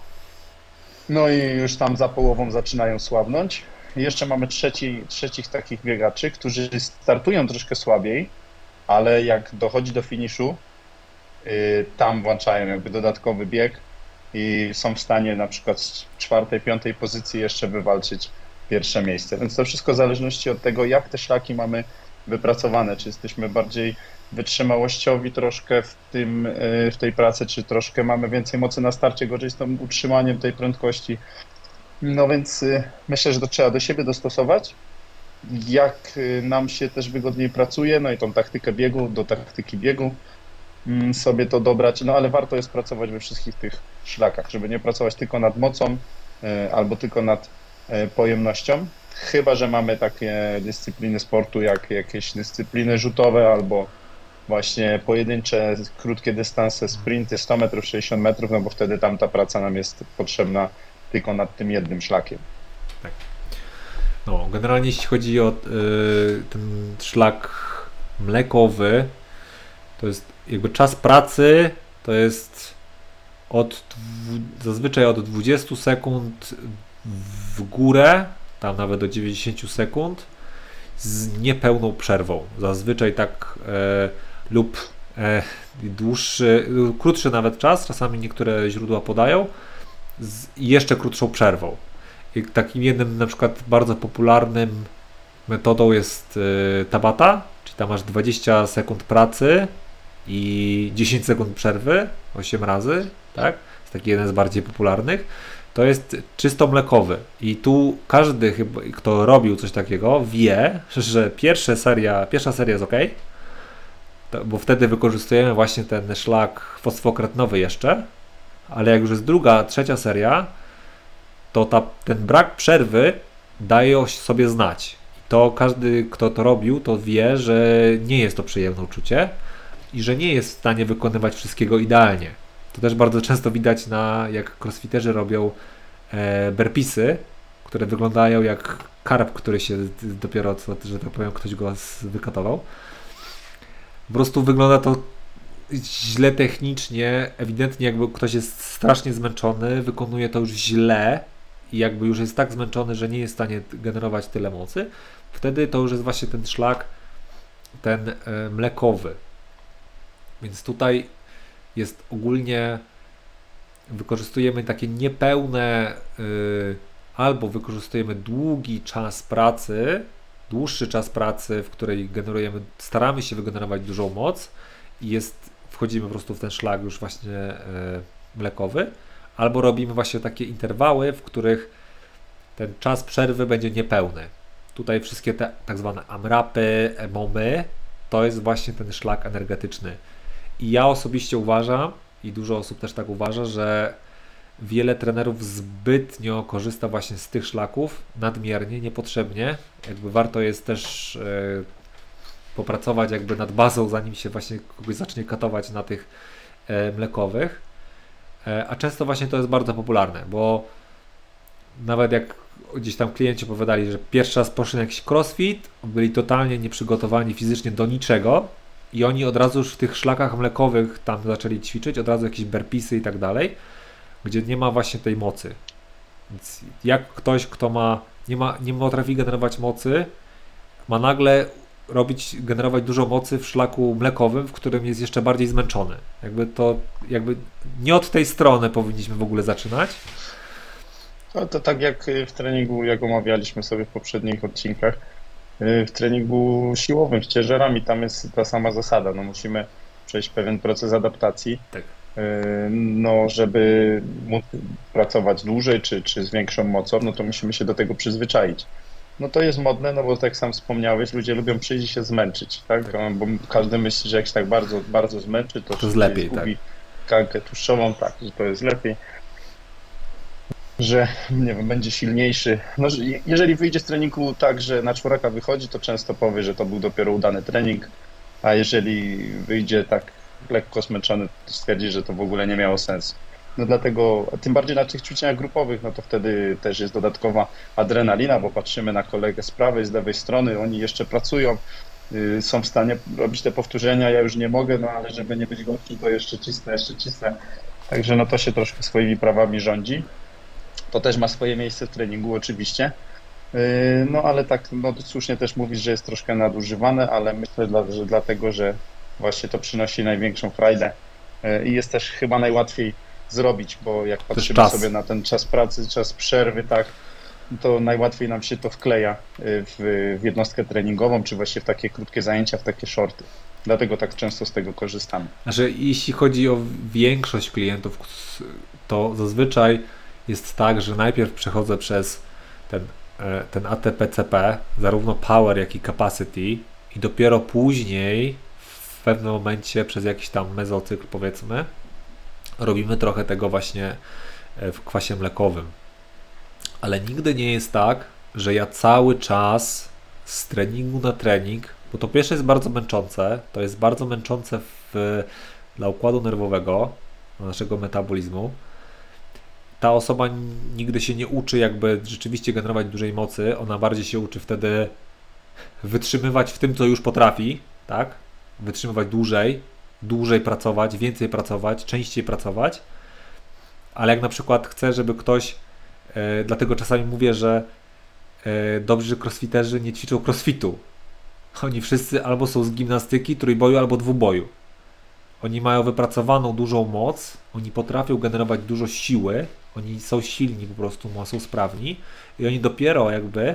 no i już tam za połową zaczynają słabnąć. I jeszcze mamy trzeci, trzecich takich biegaczy, którzy startują troszkę słabiej, ale jak dochodzi do finiszu, yy, tam włączają jakby dodatkowy bieg i są w stanie na przykład z czwartej, piątej pozycji jeszcze wywalczyć pierwsze miejsce. Więc to wszystko w zależności od tego, jak te szlaki mamy wypracowane, czy jesteśmy bardziej wytrzymałościowi troszkę w, tym, w tej pracy, czy troszkę mamy więcej mocy na starcie, gorzej z tym utrzymaniem tej prędkości. No więc myślę, że to trzeba do siebie dostosować, jak nam się też wygodniej pracuje, no i tą taktykę biegu, do taktyki biegu sobie to dobrać, no ale warto jest pracować we wszystkich tych szlakach, żeby nie pracować tylko nad mocą albo tylko nad pojemnością, chyba że mamy takie dyscypliny sportu jak jakieś dyscypliny rzutowe albo właśnie pojedyncze, krótkie dystanse, sprinty sto metrów, sześćdziesiąt metrów, no bo wtedy tam ta praca nam jest potrzebna tylko nad tym jednym szlakiem. Tak. No, generalnie jeśli chodzi o y, ten szlak mlekowy, to jest jakby czas pracy, to jest od zazwyczaj od dwudziestu sekund w górę, tam nawet do dziewięćdziesięciu sekund z niepełną przerwą. Zazwyczaj tak e, lub e, dłuższy, krótszy nawet czas, czasami niektóre źródła podają, z jeszcze krótszą przerwą. I takim jednym na przykład bardzo popularnym metodą jest e, Tabata, czyli tam masz dwadzieścia sekund pracy i dziesięć sekund przerwy, osiem razy, tak? Jest taki jeden z bardziej popularnych. To jest czysto mlekowy i tu każdy, chyba, kto robił coś takiego, wie, że pierwsza seria, pierwsza seria jest ok, to, bo wtedy wykorzystujemy właśnie ten szlak fosfokretnowy jeszcze, ale jak już jest druga, trzecia seria, to ta, ten brak przerwy daje o sobie znać. To każdy, kto to robił, to wie, że nie jest to przyjemne uczucie i że nie jest w stanie wykonywać wszystkiego idealnie. To też bardzo często widać, na jak crossfiterzy robią e, burpeesy, które wyglądają jak karp, który się dopiero, co, że tak powiem, ktoś go wykatował. Po prostu wygląda to źle technicznie, ewidentnie jakby ktoś jest strasznie zmęczony, wykonuje to już źle i jakby już jest tak zmęczony, że nie jest w stanie generować tyle mocy, wtedy to już jest właśnie ten szlak, ten e, mlekowy. Więc tutaj jest ogólnie, wykorzystujemy takie niepełne, y, albo wykorzystujemy długi czas pracy, dłuższy czas pracy, w której generujemy, staramy się wygenerować dużą moc i jest, wchodzimy po prostu w ten szlak już właśnie y, mlekowy, albo robimy właśnie takie interwały, w których ten czas przerwy będzie niepełny. Tutaj wszystkie te tak zwane amrapy, emomy, to jest właśnie ten szlak energetyczny. I ja osobiście uważam, i dużo osób też tak uważa, że wiele trenerów zbytnio korzysta właśnie z tych szlaków, nadmiernie, niepotrzebnie. Jakby warto jest też e, popracować jakby nad bazą, zanim się właśnie kogoś zacznie katować na tych e, mlekowych. E, a często właśnie to jest bardzo popularne, bo nawet jak gdzieś tam klienci opowiadali, że pierwszy raz poszli na jakiś crossfit, byli totalnie nieprzygotowani fizycznie do niczego, i oni od razu już w tych szlakach mlekowych tam zaczęli ćwiczyć, od razu jakieś burpeesy i tak dalej, gdzie nie ma właśnie tej mocy. Więc jak ktoś, kto ma nie, ma, nie potrafi generować mocy, ma nagle robić, generować dużo mocy w szlaku mlekowym, w którym jest jeszcze bardziej zmęczony. Jakby to, jakby nie od tej strony powinniśmy w ogóle zaczynać. No to tak jak w treningu, jak omawialiśmy sobie w poprzednich odcinkach, w treningu siłowym z ciężarami tam jest ta sama zasada. No musimy przejść pewien proces adaptacji, Tak. no żeby móc pracować dłużej czy, czy z większą mocą, no to musimy się do tego przyzwyczaić. No to jest modne, no bo tak sam wspomniałeś, ludzie lubią przyjść i się zmęczyć, tak? Bo każdy myśli, że jak się tak bardzo, bardzo zmęczy, to, to jest lepiej, zgubi tak. tkankę tłuszczową, tak, że to jest lepiej, że nie wiem, będzie silniejszy. No, jeżeli wyjdzie z treningu tak, że na czworaka wychodzi, to często powie, że to był dopiero udany trening, a jeżeli wyjdzie tak lekko zmęczony, to stwierdzi, że to w ogóle nie miało sensu. No dlatego, a tym bardziej na tych ćwiczeniach grupowych, no to wtedy też jest dodatkowa adrenalina, bo patrzymy na kolegę z prawej, z lewej strony, oni jeszcze pracują, yy, są w stanie robić te powtórzenia, ja już nie mogę, no ale żeby nie być gorszy, to jeszcze cisnę, jeszcze cisnę. Także no to się troszkę swoimi prawami rządzi. To też ma swoje miejsce w treningu oczywiście, no ale tak, no słusznie też mówisz, że jest troszkę nadużywane, ale myślę, że dlatego, że właśnie to przynosi największą frajdę i jest też chyba najłatwiej zrobić, bo jak patrzymy sobie na ten czas pracy, czas przerwy, tak, to najłatwiej nam się to wkleja w, w jednostkę treningową, czy właśnie w takie krótkie zajęcia, w takie shorty. Dlatego tak często z tego korzystamy. Znaczy, jeśli chodzi o większość klientów, to zazwyczaj jest tak, że najpierw przechodzę przez ten, ten A T P C P, zarówno power, jak i capacity, i dopiero później w pewnym momencie przez jakiś tam mezocykl, powiedzmy, robimy trochę tego właśnie w kwasie mlekowym. Ale nigdy nie jest tak, że ja cały czas z treningu na trening, bo to pierwsze jest bardzo męczące, to jest bardzo męczące w, dla układu nerwowego, naszego metabolizmu. Ta osoba nigdy się nie uczy jakby rzeczywiście generować dużej mocy, ona bardziej się uczy wtedy wytrzymywać w tym, co już potrafi, tak? Wytrzymywać dłużej, dłużej pracować, więcej pracować, częściej pracować, ale jak na przykład chcę, żeby ktoś, e, dlatego czasami mówię, że e, dobrzy crossfiterzy nie ćwiczą crossfitu. Oni wszyscy albo są z gimnastyki, trójboju, albo dwuboju. Oni mają wypracowaną dużą moc, oni potrafią generować dużo siły, oni są silni po prostu, są sprawni i oni dopiero jakby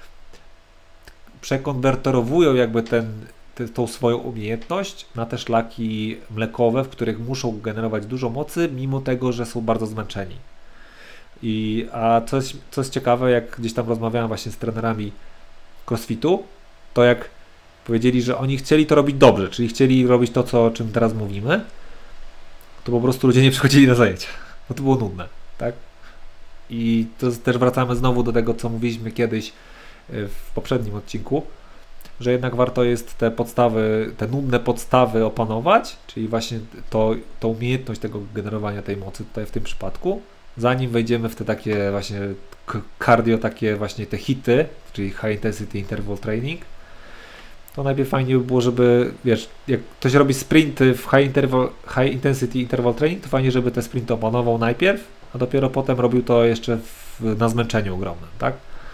przekonwerterowują jakby ten, te, tą swoją umiejętność na te szlaki mlekowe, w których muszą generować dużo mocy, mimo tego, że są bardzo zmęczeni. I, a co jest, co jest ciekawe, jak gdzieś tam rozmawiałem właśnie z trenerami crossfitu, to jak powiedzieli, że oni chcieli to robić dobrze, czyli chcieli robić to, co, o czym teraz mówimy, to po prostu ludzie nie przychodzili na zajęcia, bo to było nudne, tak? I to też wracamy znowu do tego, co mówiliśmy kiedyś w poprzednim odcinku, że jednak warto jest te podstawy, te nudne podstawy opanować, czyli właśnie to, tą umiejętność tego generowania tej mocy tutaj w tym przypadku, zanim wejdziemy w te takie właśnie cardio, takie właśnie te hity, czyli high intensity interval training, to najpierw fajnie by było, żeby, wiesz, jak ktoś robi sprinty w high, interval, high intensity interval training, to fajnie, żeby te sprinty opanował najpierw, a dopiero potem robił to jeszcze w, na zmęczeniu ogromnym, tak?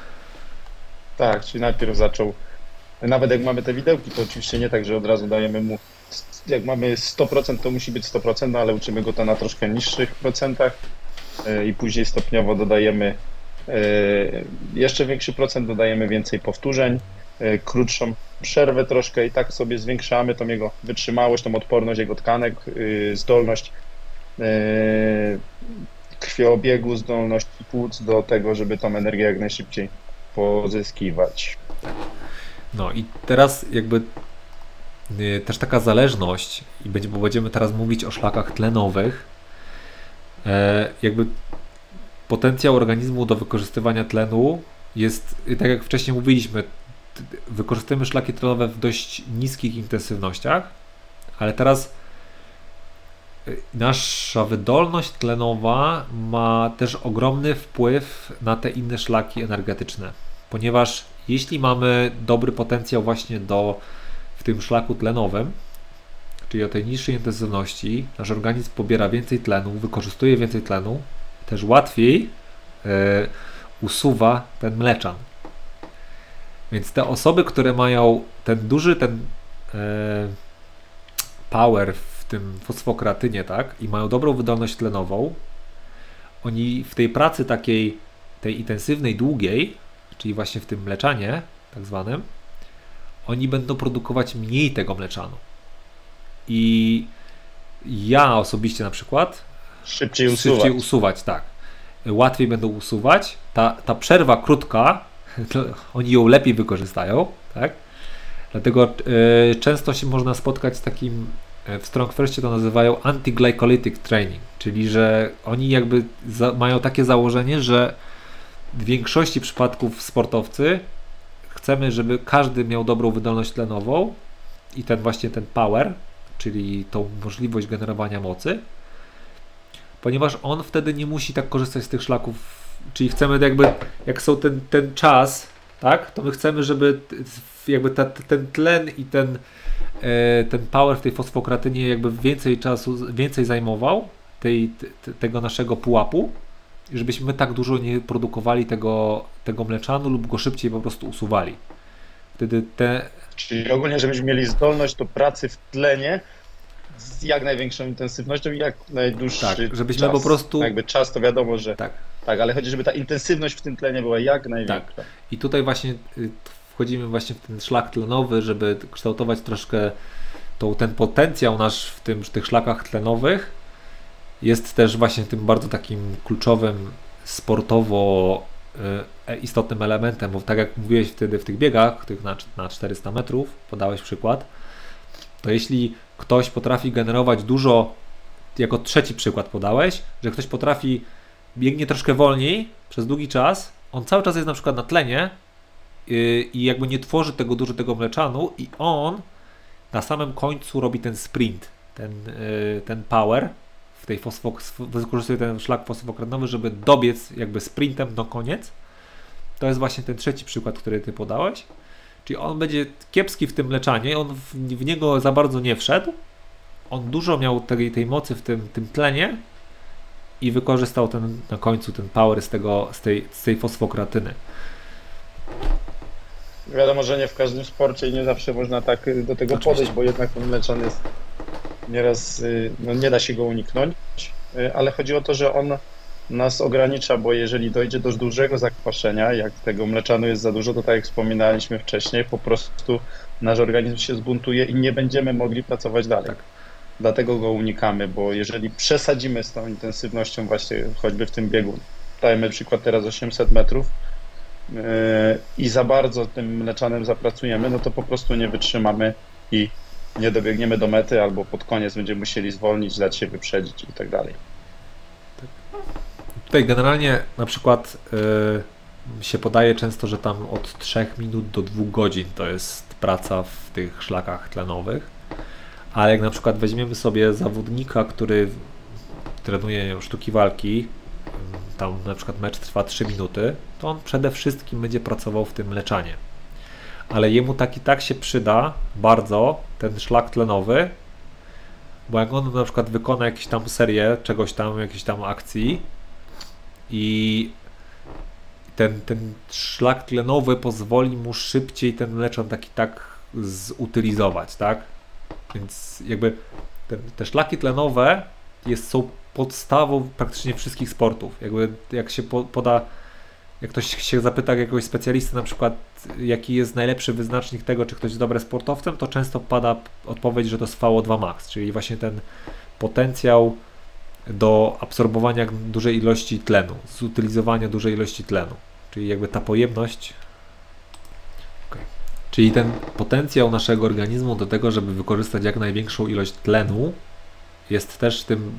Tak, czyli najpierw zaczął, nawet jak mamy te widełki, to oczywiście nie tak, że od razu dajemy mu, jak mamy sto procent, to musi być sto procent, no ale uczymy go to na troszkę niższych procentach yy, i później stopniowo dodajemy yy, jeszcze większy procent, dodajemy więcej powtórzeń, yy, krótszą przerwę troszkę i tak sobie zwiększamy tą jego wytrzymałość, tą odporność jego tkanek, yy, zdolność yy, krwiobiegu, zdolność płuc do tego, żeby tą energię jak najszybciej pozyskiwać. No i teraz jakby y, też taka zależność, i będzie, bo będziemy teraz mówić o szlakach tlenowych, e, jakby potencjał organizmu do wykorzystywania tlenu jest, tak jak wcześniej mówiliśmy, t, wykorzystujemy szlaki tlenowe w dość niskich intensywnościach, ale teraz y, nasza wydolność tlenowa ma też ogromny wpływ na te inne szlaki energetyczne, ponieważ jeśli mamy dobry potencjał właśnie do w tym szlaku tlenowym, czyli o tej niższej intensywności, nasz organizm pobiera więcej tlenu, wykorzystuje więcej tlenu, też łatwiej e, usuwa ten mleczan. Więc te osoby, które mają ten duży ten e, power w tym fosfokreatynie, tak, i mają dobrą wydolność tlenową, oni w tej pracy takiej, tej intensywnej, długiej, czyli właśnie w tym mleczanie tak zwanym, oni będą produkować mniej tego mleczanu. I ja osobiście na przykład Szybciej usuwać. Szybciej usuwać, tak. Łatwiej będą usuwać. Ta, ta przerwa krótka, to oni ją lepiej wykorzystają, tak? Dlatego y, często się można spotkać z takim, w Strong Firstie to nazywają anti-glycolytic training, czyli że oni jakby za, mają takie założenie, że w większości przypadków sportowcy chcemy, żeby każdy miał dobrą wydolność tlenową i ten właśnie ten power, czyli tą możliwość generowania mocy, ponieważ on wtedy nie musi tak korzystać z tych szlaków, czyli chcemy jakby, jak są ten, ten czas, tak, to my chcemy, żeby jakby ta, ten tlen i ten, ten power w tej fosfokreatynie jakby więcej czasu, więcej zajmował tej, te, tego naszego pułapu, żebyśmy tak dużo nie produkowali tego, tego mleczanu lub go szybciej po prostu usuwali. Wtedy te... Czyli ogólnie, żebyśmy mieli zdolność do pracy w tlenie z jak największą intensywnością i jak najdłuższy tak, żebyśmy czas. po prostu... Jakby czas to wiadomo, że tak. tak, ale chodzi, żeby ta intensywność w tym tlenie była jak największa. Tak. I tutaj właśnie wchodzimy właśnie w ten szlak tlenowy, żeby kształtować troszkę tą, ten potencjał nasz w, tym, w tych szlakach tlenowych. Jest też właśnie tym bardzo takim kluczowym sportowo e, istotnym elementem, bo tak jak mówiłeś wtedy w tych biegach, tych na, na czterysta metrów, podałeś przykład, to jeśli ktoś potrafi generować dużo, jako trzeci przykład podałeś, że ktoś potrafi, biegnie troszkę wolniej przez długi czas, on cały czas jest na przykład na tlenie yy, i jakby nie tworzy tego dużo tego mleczanu i on na samym końcu robi ten sprint, ten, yy, ten power, w tej fosfok, wykorzystuje ten szlak fosfokrenowy, żeby dobiec jakby sprintem do koniec. To jest właśnie ten trzeci przykład, który ty podałeś. Czyli on będzie kiepski w tym mleczanie, on w, w niego za bardzo nie wszedł. On dużo miał tej, tej mocy w tym, tym tlenie i wykorzystał ten, na końcu ten power z, tego, z, tej, z tej fosfokreatyny. Wiadomo, że nie w każdym sporcie i nie zawsze można tak do tego Oczywiście. podejść, bo jednak ten mleczan jest nieraz, no nie da się go uniknąć, ale chodzi o to, że on nas ogranicza, bo jeżeli dojdzie do dużego zakwaszenia, jak tego mleczanu jest za dużo, to tak jak wspominaliśmy wcześniej, po prostu nasz organizm się zbuntuje i nie będziemy mogli pracować dalej. Tak. Dlatego go unikamy, bo jeżeli przesadzimy z tą intensywnością właśnie choćby w tym biegu, dajmy przykład teraz osiemset metrów yy, i za bardzo tym mleczanem zapracujemy, no to po prostu nie wytrzymamy i nie dobiegniemy do mety, albo pod koniec będziemy musieli zwolnić, dać się wyprzedzić i tak dalej. Tutaj generalnie na przykład yy, się podaje często, że tam od trzech minut do dwóch godzin to jest praca w tych szlakach tlenowych, ale jak na przykład weźmiemy sobie zawodnika, który trenuje nie wiem, sztuki walki, tam na przykład mecz trwa trzy minuty, to on przede wszystkim będzie pracował w tym leczanie. Ale jemu tak i tak się przyda bardzo ten szlak tlenowy, bo jak on na przykład wykona jakąś tam serię czegoś tam, jakiejś tam akcji i ten, ten szlak tlenowy pozwoli mu szybciej ten leczon tak i tak zutylizować, tak? Więc jakby te, te szlaki tlenowe jest, są podstawą praktycznie wszystkich sportów. Jakby jak się po, poda, jak ktoś się zapyta jakiegoś specjalisty na przykład, jaki jest najlepszy wyznacznik tego, czy ktoś jest dobrym sportowcem, to często pada odpowiedź, że to jest V O dwa max, czyli właśnie ten potencjał do absorbowania dużej ilości tlenu, zutylizowania dużej ilości tlenu, czyli jakby ta pojemność, okay. Czyli ten potencjał naszego organizmu do tego, żeby wykorzystać jak największą ilość tlenu, jest też tym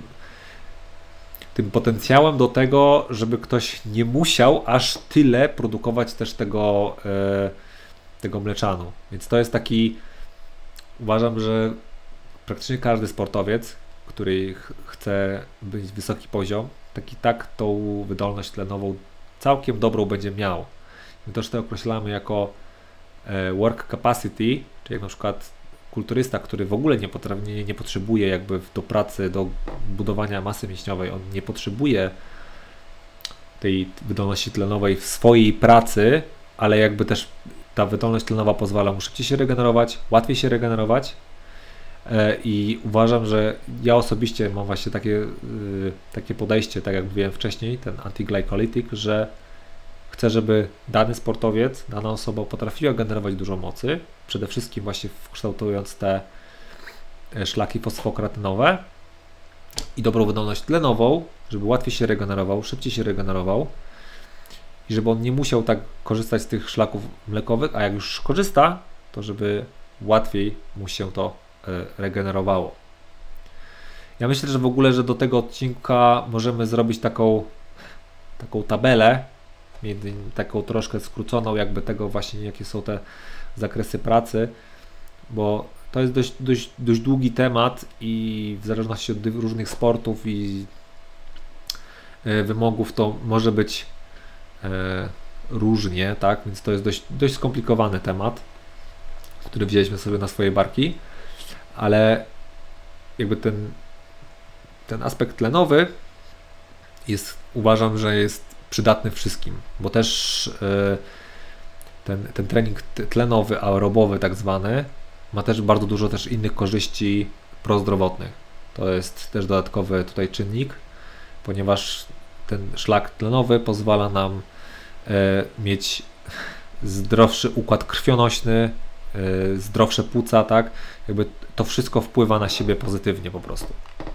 tym potencjałem do tego, żeby ktoś nie musiał aż tyle produkować też tego, e, tego mleczanu. Więc to jest taki, uważam, że praktycznie każdy sportowiec, który ch- chce być wysoki poziom, tak i tak tą wydolność tlenową całkiem dobrą będzie miał. My też to określamy jako e, work capacity, czyli jak na przykład kulturysta, który w ogóle nie, potrafi, nie, nie potrzebuje jakby do pracy, do budowania masy mięśniowej, on nie potrzebuje tej wydolności tlenowej w swojej pracy, ale jakby też ta wydolność tlenowa pozwala mu szybciej się regenerować, łatwiej się regenerować i uważam, że ja osobiście mam właśnie takie, takie podejście, tak jak mówiłem wcześniej, ten anti-glycolytic, że chcę, żeby dany sportowiec, dana osoba potrafiła generować dużo mocy, przede wszystkim właśnie kształtując te szlaki fosfokreatynowe i dobrą wydolność tlenową, żeby łatwiej się regenerował, szybciej się regenerował i żeby on nie musiał tak korzystać z tych szlaków mlekowych, a jak już korzysta, to żeby łatwiej mu się to regenerowało. Ja myślę, że w ogóle, że do tego odcinka możemy zrobić taką, taką tabelę, taką troszkę skróconą jakby tego właśnie, jakie są te zakresy pracy, bo to jest dość, dość, dość długi temat i w zależności od różnych sportów i wymogów to może być e, różnie, tak, więc to jest dość, dość skomplikowany temat, który wzięliśmy sobie na swoje barki, ale jakby ten, ten aspekt tlenowy jest, uważam, że jest przydatny wszystkim, bo też e, ten, ten trening tlenowy, aerobowy tak zwany, ma też bardzo dużo też innych korzyści prozdrowotnych. To jest też dodatkowy tutaj czynnik, ponieważ ten szlak tlenowy pozwala nam e, mieć zdrowszy układ krwionośny, e, zdrowsze płuca, tak? Jakby to wszystko wpływa na siebie pozytywnie po prostu.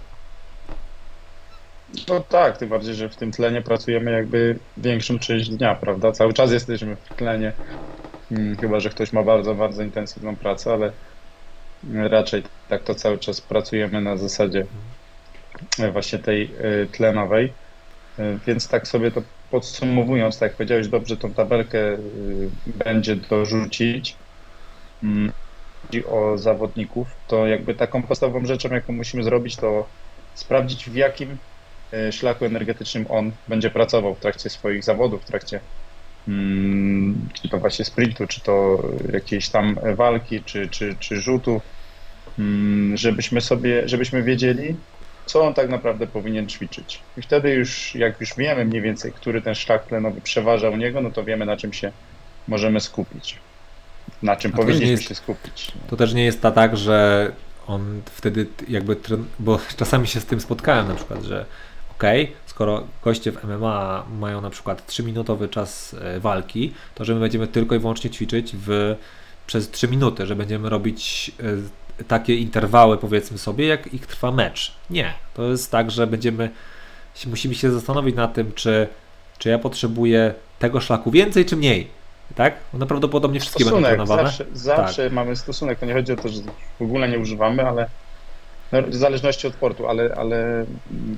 No tak, tym bardziej, że w tym tlenie pracujemy jakby większą część dnia, prawda? Cały czas jesteśmy w tlenie, hmm, chyba że ktoś ma bardzo, bardzo intensywną pracę, ale raczej tak to cały czas pracujemy na zasadzie właśnie tej tlenowej. Więc tak sobie to podsumowując, tak jak powiedziałeś, dobrze tą tabelkę będzie dorzucić. Chodzi o zawodników, to jakby taką podstawową rzeczą, jaką musimy zrobić, to sprawdzić, w jakim szlaku energetycznym on będzie pracował w trakcie swoich zawodów, w trakcie hmm, czy to właśnie sprintu, czy to jakiejś tam walki, czy, czy, czy rzutu, hmm, żebyśmy sobie, żebyśmy wiedzieli, co on tak naprawdę powinien ćwiczyć. I wtedy już, jak już wiemy mniej więcej, który ten szlak tlenowy przeważa u niego, no to wiemy, na czym się możemy skupić. Na czym powinniśmy jest, się skupić. To też nie jest tak, że on wtedy jakby, bo czasami się z tym spotkałem na przykład, że okej, okay, skoro goście w M M A mają na przykład trzyminutowy czas walki, to że my będziemy tylko i wyłącznie ćwiczyć w, przez trzy minuty, że będziemy robić takie interwały, powiedzmy sobie, jak ich trwa mecz. Nie, to jest tak, że będziemy, musimy się zastanowić nad tym, czy, czy ja potrzebuję tego szlaku więcej, czy mniej. Tak? One prawdopodobnie wszystkie stosunek, będą trenowane. Zawsze, zawsze tak. Mamy stosunek, to nie chodzi o to, że w ogóle nie używamy, ale no, w zależności od sportu, ale, ale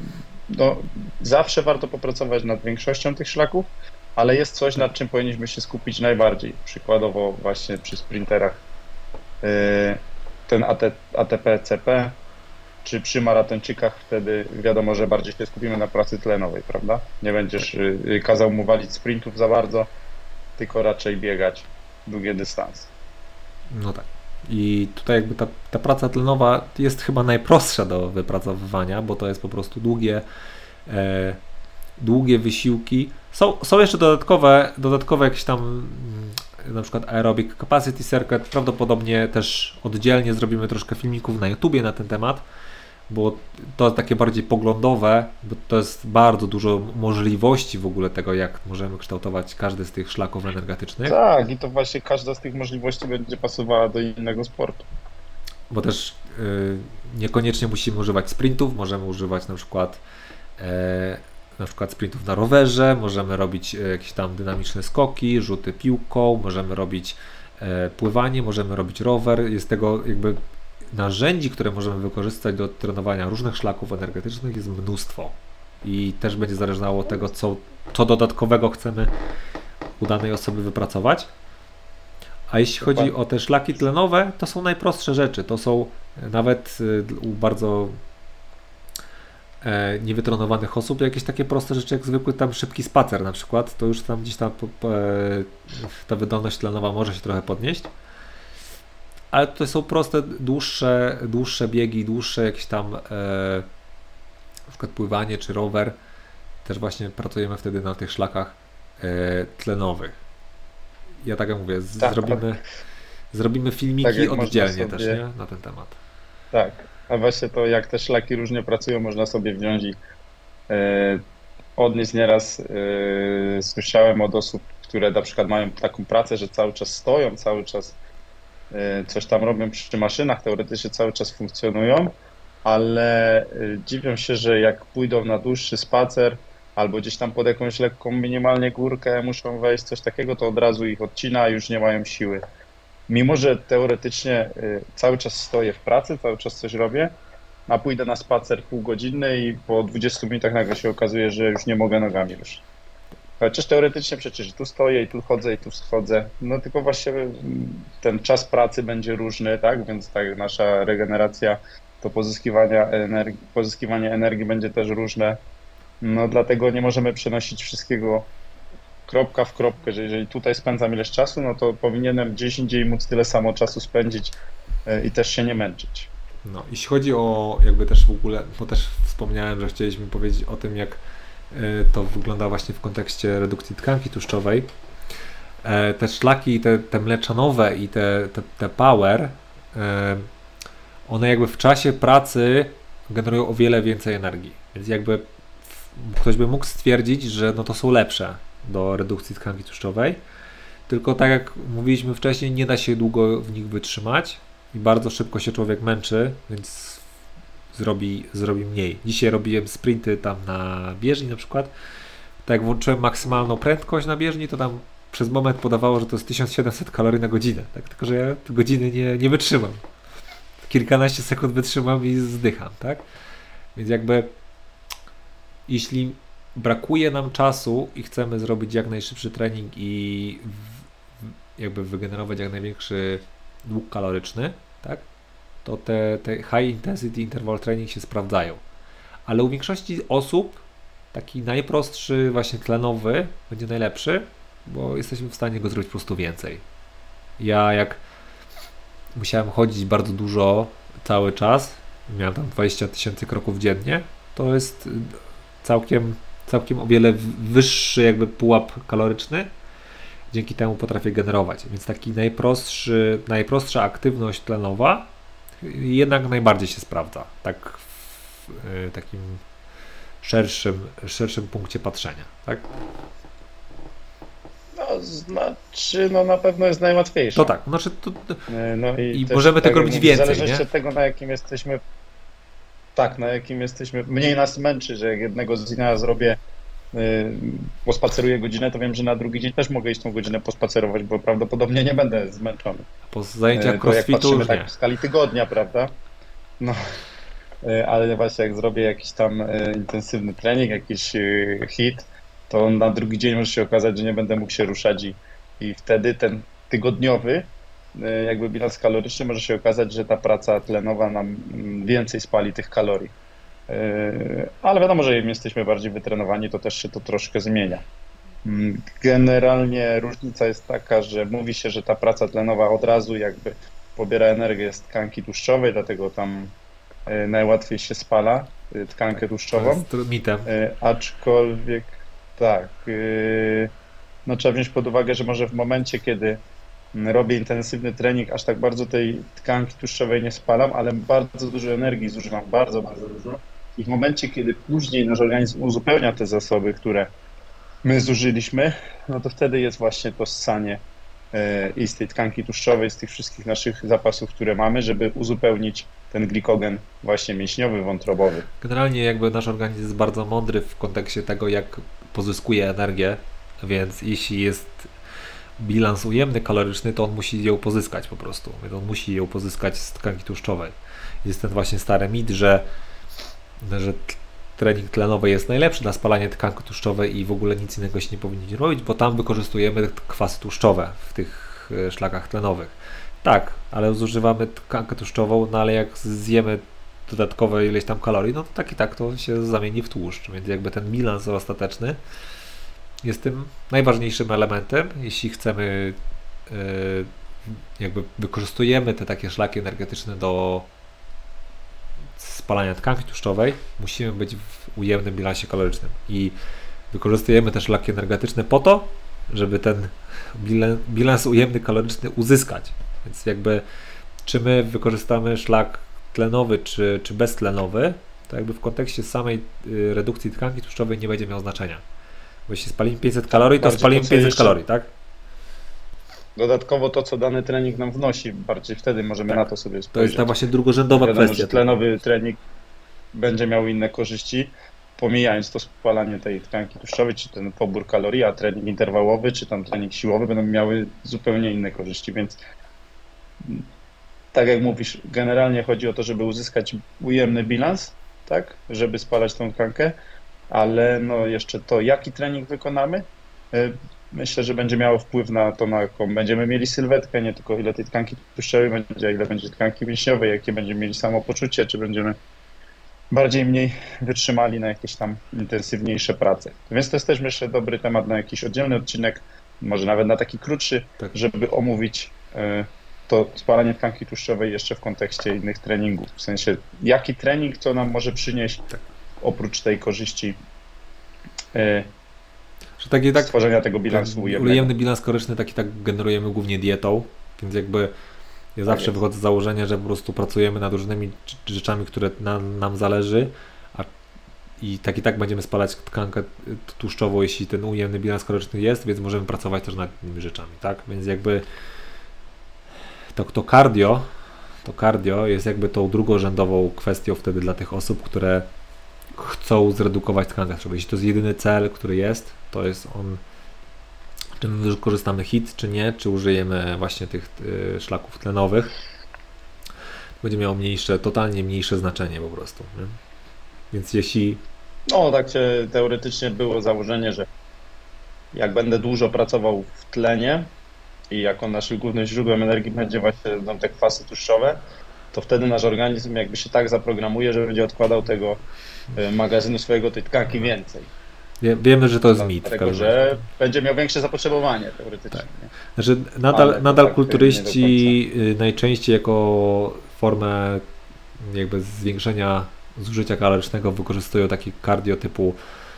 no, zawsze warto popracować nad większością tych szlaków, ale jest coś, nad czym powinniśmy się skupić najbardziej. Przykładowo właśnie przy sprinterach yy, ten A T P C P, czy przy maratończykach wtedy wiadomo, że bardziej się skupimy na pracy tlenowej, prawda? Nie będziesz yy, kazał mu walić sprintów za bardzo, tylko raczej biegać długie dystanse. No tak. I tutaj jakby ta, ta praca tlenowa jest chyba najprostsza do wypracowywania, bo to jest po prostu długie, e, długie wysiłki. Są, są jeszcze dodatkowe, dodatkowe jakieś tam mm, na przykład aerobic capacity circuit. Prawdopodobnie też oddzielnie zrobimy troszkę filmików na YouTubie na ten temat, bo to takie bardziej poglądowe, bo to jest bardzo dużo możliwości w ogóle tego, jak możemy kształtować każdy z tych szlaków energetycznych. Tak, i to właśnie każda z tych możliwości będzie pasowała do innego sportu. Bo też y, niekoniecznie musimy używać sprintów, możemy używać na przykład e, na przykład sprintów na rowerze, możemy robić e, jakieś tam dynamiczne skoki, rzuty piłką, możemy robić e, pływanie, możemy robić rower. Jest tego jakby narzędzi, które możemy wykorzystać do trenowania różnych szlaków energetycznych jest mnóstwo i też będzie zależało od tego, co, co dodatkowego chcemy u danej osoby wypracować. A jeśli chodzi o te szlaki tlenowe, to są najprostsze rzeczy. To są nawet u bardzo e, niewytrenowanych osób jakieś takie proste rzeczy jak zwykły tam szybki spacer na przykład, to już tam gdzieś tam e, ta wydolność tlenowa może się trochę podnieść. Ale to są proste, dłuższe, dłuższe biegi, dłuższe jakieś tam e, na przykład pływanie czy rower. Też właśnie pracujemy wtedy na tych szlakach e, tlenowych. Ja tak jak mówię, z, tak, zrobimy, tak. zrobimy filmiki tak oddzielnie sobie, też nie? Na ten temat. Tak, a właśnie to jak te szlaki różnie pracują, można sobie wziąć i e, odnieść nieraz. E, słyszałem od osób, które na przykład mają taką pracę, że cały czas stoją, cały czas coś tam robią przy maszynach, teoretycznie cały czas funkcjonują, ale dziwią się, że jak pójdą na dłuższy spacer albo gdzieś tam pod jakąś lekką minimalnie górkę muszą wejść, coś takiego, to od razu ich odcina i już nie mają siły. Mimo że teoretycznie cały czas stoję w pracy, cały czas coś robię, a pójdę na spacer półgodzinny i po dwudziestu minutach nagle się okazuje, że już nie mogę nogami ruszyć. Chociaż teoretycznie przecież tu stoję i tu chodzę i tu schodzę, no tylko właśnie ten czas pracy będzie różny, tak? Więc tak nasza regeneracja, to pozyskiwania energii, pozyskiwanie energii będzie też różne. No dlatego nie możemy przenosić wszystkiego kropka w kropkę, że jeżeli tutaj spędzam ileś czasu, no to powinienem gdzieś indziej móc tyle samo czasu spędzić i też się nie męczyć. No, jeśli chodzi o jakby też w ogóle, bo też wspomniałem, że chcieliśmy powiedzieć o tym, jak to wygląda właśnie w kontekście redukcji tkanki tłuszczowej. Te szlaki, te, te mleczanowe i te, te, te power, one jakby w czasie pracy generują o wiele więcej energii. Więc jakby ktoś by mógł stwierdzić, że no to są lepsze do redukcji tkanki tłuszczowej, tylko tak jak mówiliśmy wcześniej, nie da się długo w nich wytrzymać i bardzo szybko się człowiek męczy, więc zrobi, zrobi mniej. Dzisiaj robiłem sprinty tam na bieżni na przykład. Tak jak włączyłem maksymalną prędkość na bieżni, to tam przez moment podawało, że to jest tysiąc siedemset kalorii na godzinę. Tak? Tylko że ja te godziny nie, nie wytrzymam. Kilkanaście sekund wytrzymam i zdycham. Tak? Więc jakby jeśli brakuje nam czasu i chcemy zrobić jak najszybszy trening i w, jakby wygenerować jak największy dług kaloryczny, tak? to te, te high intensity interval training się sprawdzają. Ale u większości osób taki najprostszy, właśnie tlenowy będzie najlepszy, bo jesteśmy w stanie go zrobić po prostu więcej. Ja jak musiałem chodzić bardzo dużo cały czas, miałem tam dwadzieścia tysięcy kroków dziennie, to jest całkiem, całkiem o wiele wyższy jakby pułap kaloryczny, dzięki temu potrafię generować. Więc taki najprostszy, najprostsza aktywność tlenowa jednak najbardziej się sprawdza, tak w y, takim szerszym, szerszym punkcie patrzenia, tak? No, znaczy, no na pewno jest najłatwiejsze. To tak, znaczy to, no i, i też, możemy tak tego robić więcej, w zależności nie? od tego, na jakim jesteśmy, tak, na jakim jesteśmy, mniej nas męczy, że jak jednego dnia zrobię, yy, pospaceruję godzinę, to wiem, że na drugi dzień też mogę iść tą godzinę pospacerować, bo prawdopodobnie nie będę zmęczony. Po zajęciach Yy, to jak crossfitu patrzymy już nie. tak w skali tygodnia, prawda? No, e, ale właśnie jak zrobię jakiś tam e, intensywny trening, jakiś e, hit, to na drugi dzień może się okazać, że nie będę mógł się ruszać i, i wtedy ten tygodniowy e, jakby bilans kaloryczny może się okazać, że ta praca tlenowa nam mm, więcej spali tych kalorii. E, Ale wiadomo, że im jesteśmy bardziej wytrenowani, to też się to troszkę zmienia. Mm, Generalnie różnica jest taka, że mówi się, że ta praca tlenowa od razu jakby pobiera energię z tkanki tłuszczowej, dlatego tam e, najłatwiej się spala e, tkankę To tłuszczową. jest mitem. E, Aczkolwiek tak, e, no trzeba wziąć pod uwagę, że może w momencie, kiedy mm, robię intensywny trening, aż tak bardzo tej tkanki tłuszczowej nie spalam, ale bardzo dużo energii zużywam, bardzo, bardzo dużo. I w momencie, kiedy później nasz organizm uzupełnia te zasoby, które my zużyliśmy, no to wtedy jest właśnie to ssanie e, i z tej tkanki tłuszczowej, z tych wszystkich naszych zapasów, które mamy, żeby uzupełnić ten glikogen właśnie mięśniowy, wątrobowy. Generalnie jakby nasz organizm jest bardzo mądry w kontekście tego, jak pozyskuje energię, więc jeśli jest bilans ujemny kaloryczny, to on musi ją pozyskać po prostu. Więc on musi ją pozyskać z tkanki tłuszczowej. Jest ten właśnie stary mit, że, że t- trening tlenowy jest najlepszy na spalanie tkanki tłuszczowej i w ogóle nic innego się nie powinniśmy robić, bo tam wykorzystujemy kwasy tłuszczowe w tych e, szlakach tlenowych. Tak, ale zużywamy tkankę tłuszczową, no ale jak zjemy dodatkowe ileś tam kalorii, no to tak i tak to się zamieni w tłuszcz, więc jakby ten bilans ostateczny jest tym najważniejszym elementem, jeśli chcemy, yy, jakby wykorzystujemy te takie szlaki energetyczne do spalania tkanki tłuszczowej, musimy być w ujemnym bilansie kalorycznym i wykorzystujemy te szlaki energetyczne po to, żeby ten bilan- bilans ujemny kaloryczny uzyskać. Więc jakby czy my wykorzystamy szlak tlenowy, czy, czy beztlenowy, to jakby w kontekście samej y, redukcji tkanki tłuszczowej nie będzie miał znaczenia. Bo jeśli spalimy pięćset kalorii, to Bardziej spalimy to, co pięćset jeszcze kalorii, tak? dodatkowo to, co dany trening nam wnosi, bardziej wtedy możemy Tak. na to sobie To jest spojrzeć. ta właśnie drugorzędowa Wiadomo, kwestia. że tlenowy trening będzie miał inne korzyści, pomijając to spalanie tej tkanki tłuszczowej, czy ten pobór kalorii, a trening interwałowy, czy tam trening siłowy będą miały zupełnie inne korzyści, więc tak jak mówisz, generalnie chodzi o to, żeby uzyskać ujemny bilans, tak, żeby spalać tą tkankę, ale no jeszcze to, jaki trening wykonamy, y, myślę, że będzie miało wpływ na to, na jaką będziemy mieli sylwetkę, nie tylko ile tej tkanki tłuszczowej będzie, a ile będzie tkanki mięśniowej, jakie będziemy mieli samopoczucie, czy będziemy bardziej mniej wytrzymali na jakieś tam intensywniejsze prace. Więc to jest też, myślę, dobry temat na jakiś oddzielny odcinek, może nawet na taki krótszy, Tak. żeby omówić y, to spalanie tkanki tłuszczowej jeszcze w kontekście innych treningów. W sensie, jaki trening, co nam może przynieść Tak. oprócz tej korzyści y, Że tak i tak stworzenia tego bilansu ten ujemnego. ujemny bilans kaloryczny tak i tak generujemy głównie dietą, więc jakby ja zawsze jest. wychodzę z założenia, że po prostu pracujemy nad różnymi c- rzeczami, które nam, nam zależy, a i tak i tak będziemy spalać tkankę y, tłuszczową, jeśli ten ujemny bilans kaloryczny jest, więc możemy pracować też nad innymi rzeczami, tak? Więc jakby to, to cardio, to cardio jest jakby tą drugorzędową kwestią wtedy dla tych osób, które chcą zredukować tkankę tłuszczową. Jeśli to jest jedyny cel, który jest, to jest on, czy my wykorzystamy hit, czy nie, czy użyjemy właśnie tych y, szlaków tlenowych, będzie miało mniejsze, totalnie mniejsze znaczenie po prostu. Nie? Więc jeśli No, tak się teoretycznie było założenie, że jak będę dużo pracował w tlenie i jako naszym głównym źródłem energii będzie właśnie no, te kwasy tłuszczowe, to wtedy nasz organizm jakby się tak zaprogramuje, że będzie odkładał tego y, magazynu swojego, tej tkanki więcej. wie, wiemy, że to jest mit. w Dlatego, każdym że razie. będzie miał większe zapotrzebowanie teoretycznie. Tak. nie? Znaczy, nadal, Ale to nadal tak kulturyści y, najczęściej jako formę jakby zwiększenia zużycia kalorycznego wykorzystują taki cardio typu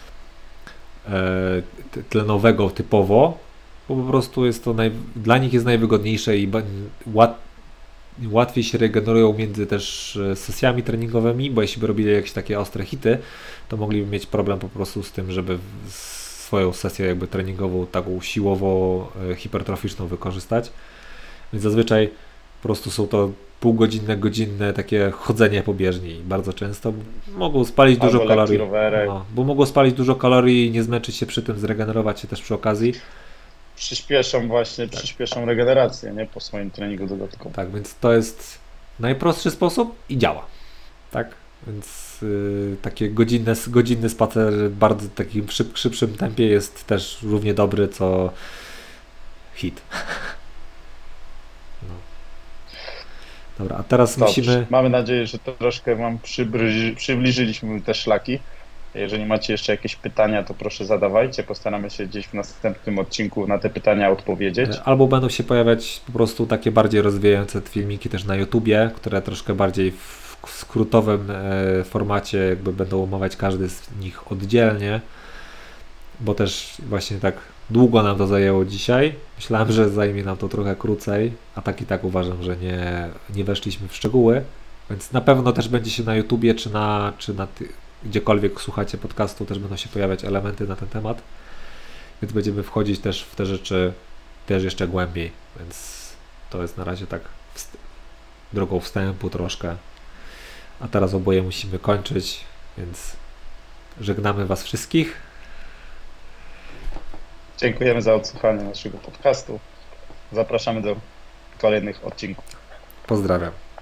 e, t- tlenowego typowo, bo po prostu jest to naj, dla nich jest najwygodniejsze i ba- łat, łatwiej się regenerują między też e, sesjami treningowymi, bo jeśli by robili jakieś takie ostre hity, to mogliby mieć problem po prostu z tym, żeby w- swoją sesję jakby treningową, taką siłowo e, hipertroficzną wykorzystać. Więc zazwyczaj po prostu są to półgodzinne, godzinne takie chodzenie po bieżni. Bardzo często mogą spalić Albo dużo lekki kalorii. rowerek. No, bo mogą spalić dużo kalorii i nie zmęczyć się przy tym, zregenerować się też przy okazji. Przyspieszą właśnie, przyspieszą regenerację, nie? Po swoim treningu dodatkowym. Tak, więc to jest najprostszy sposób i działa. Tak? Więc yy, takie godzinne, godzinny spacer w bardzo takim szyb, szybszym tempie jest też równie dobry, co hit. No. Dobra, a teraz Dobrze. musimy... Mamy nadzieję, że to troszkę Wam przybliży, przybliżyliśmy te szlaki. Jeżeli macie jeszcze jakieś pytania, to proszę zadawajcie. Postaramy się gdzieś w następnym odcinku na te pytania odpowiedzieć. Albo będą się pojawiać po prostu takie bardziej rozwijające filmiki też na YouTubie, które troszkę bardziej w skrótowym formacie jakby będą omawiać każdy z nich oddzielnie, bo też właśnie tak długo nam to zajęło dzisiaj. Myślałem, że zajmie nam to trochę krócej, a tak i tak uważam, że nie, nie weszliśmy w szczegóły, więc na pewno też będzie się na YouTubie czy na, czy na ty, gdziekolwiek słuchacie podcastu, też będą się pojawiać elementy na ten temat, więc będziemy wchodzić też w te rzeczy też jeszcze głębiej, więc to jest na razie tak wst- drogą wstępu troszkę, a teraz oboje musimy kończyć, więc żegnamy Was wszystkich. Dziękujemy za odsłuchanie naszego podcastu. Zapraszamy do kolejnych odcinków. Pozdrawiam.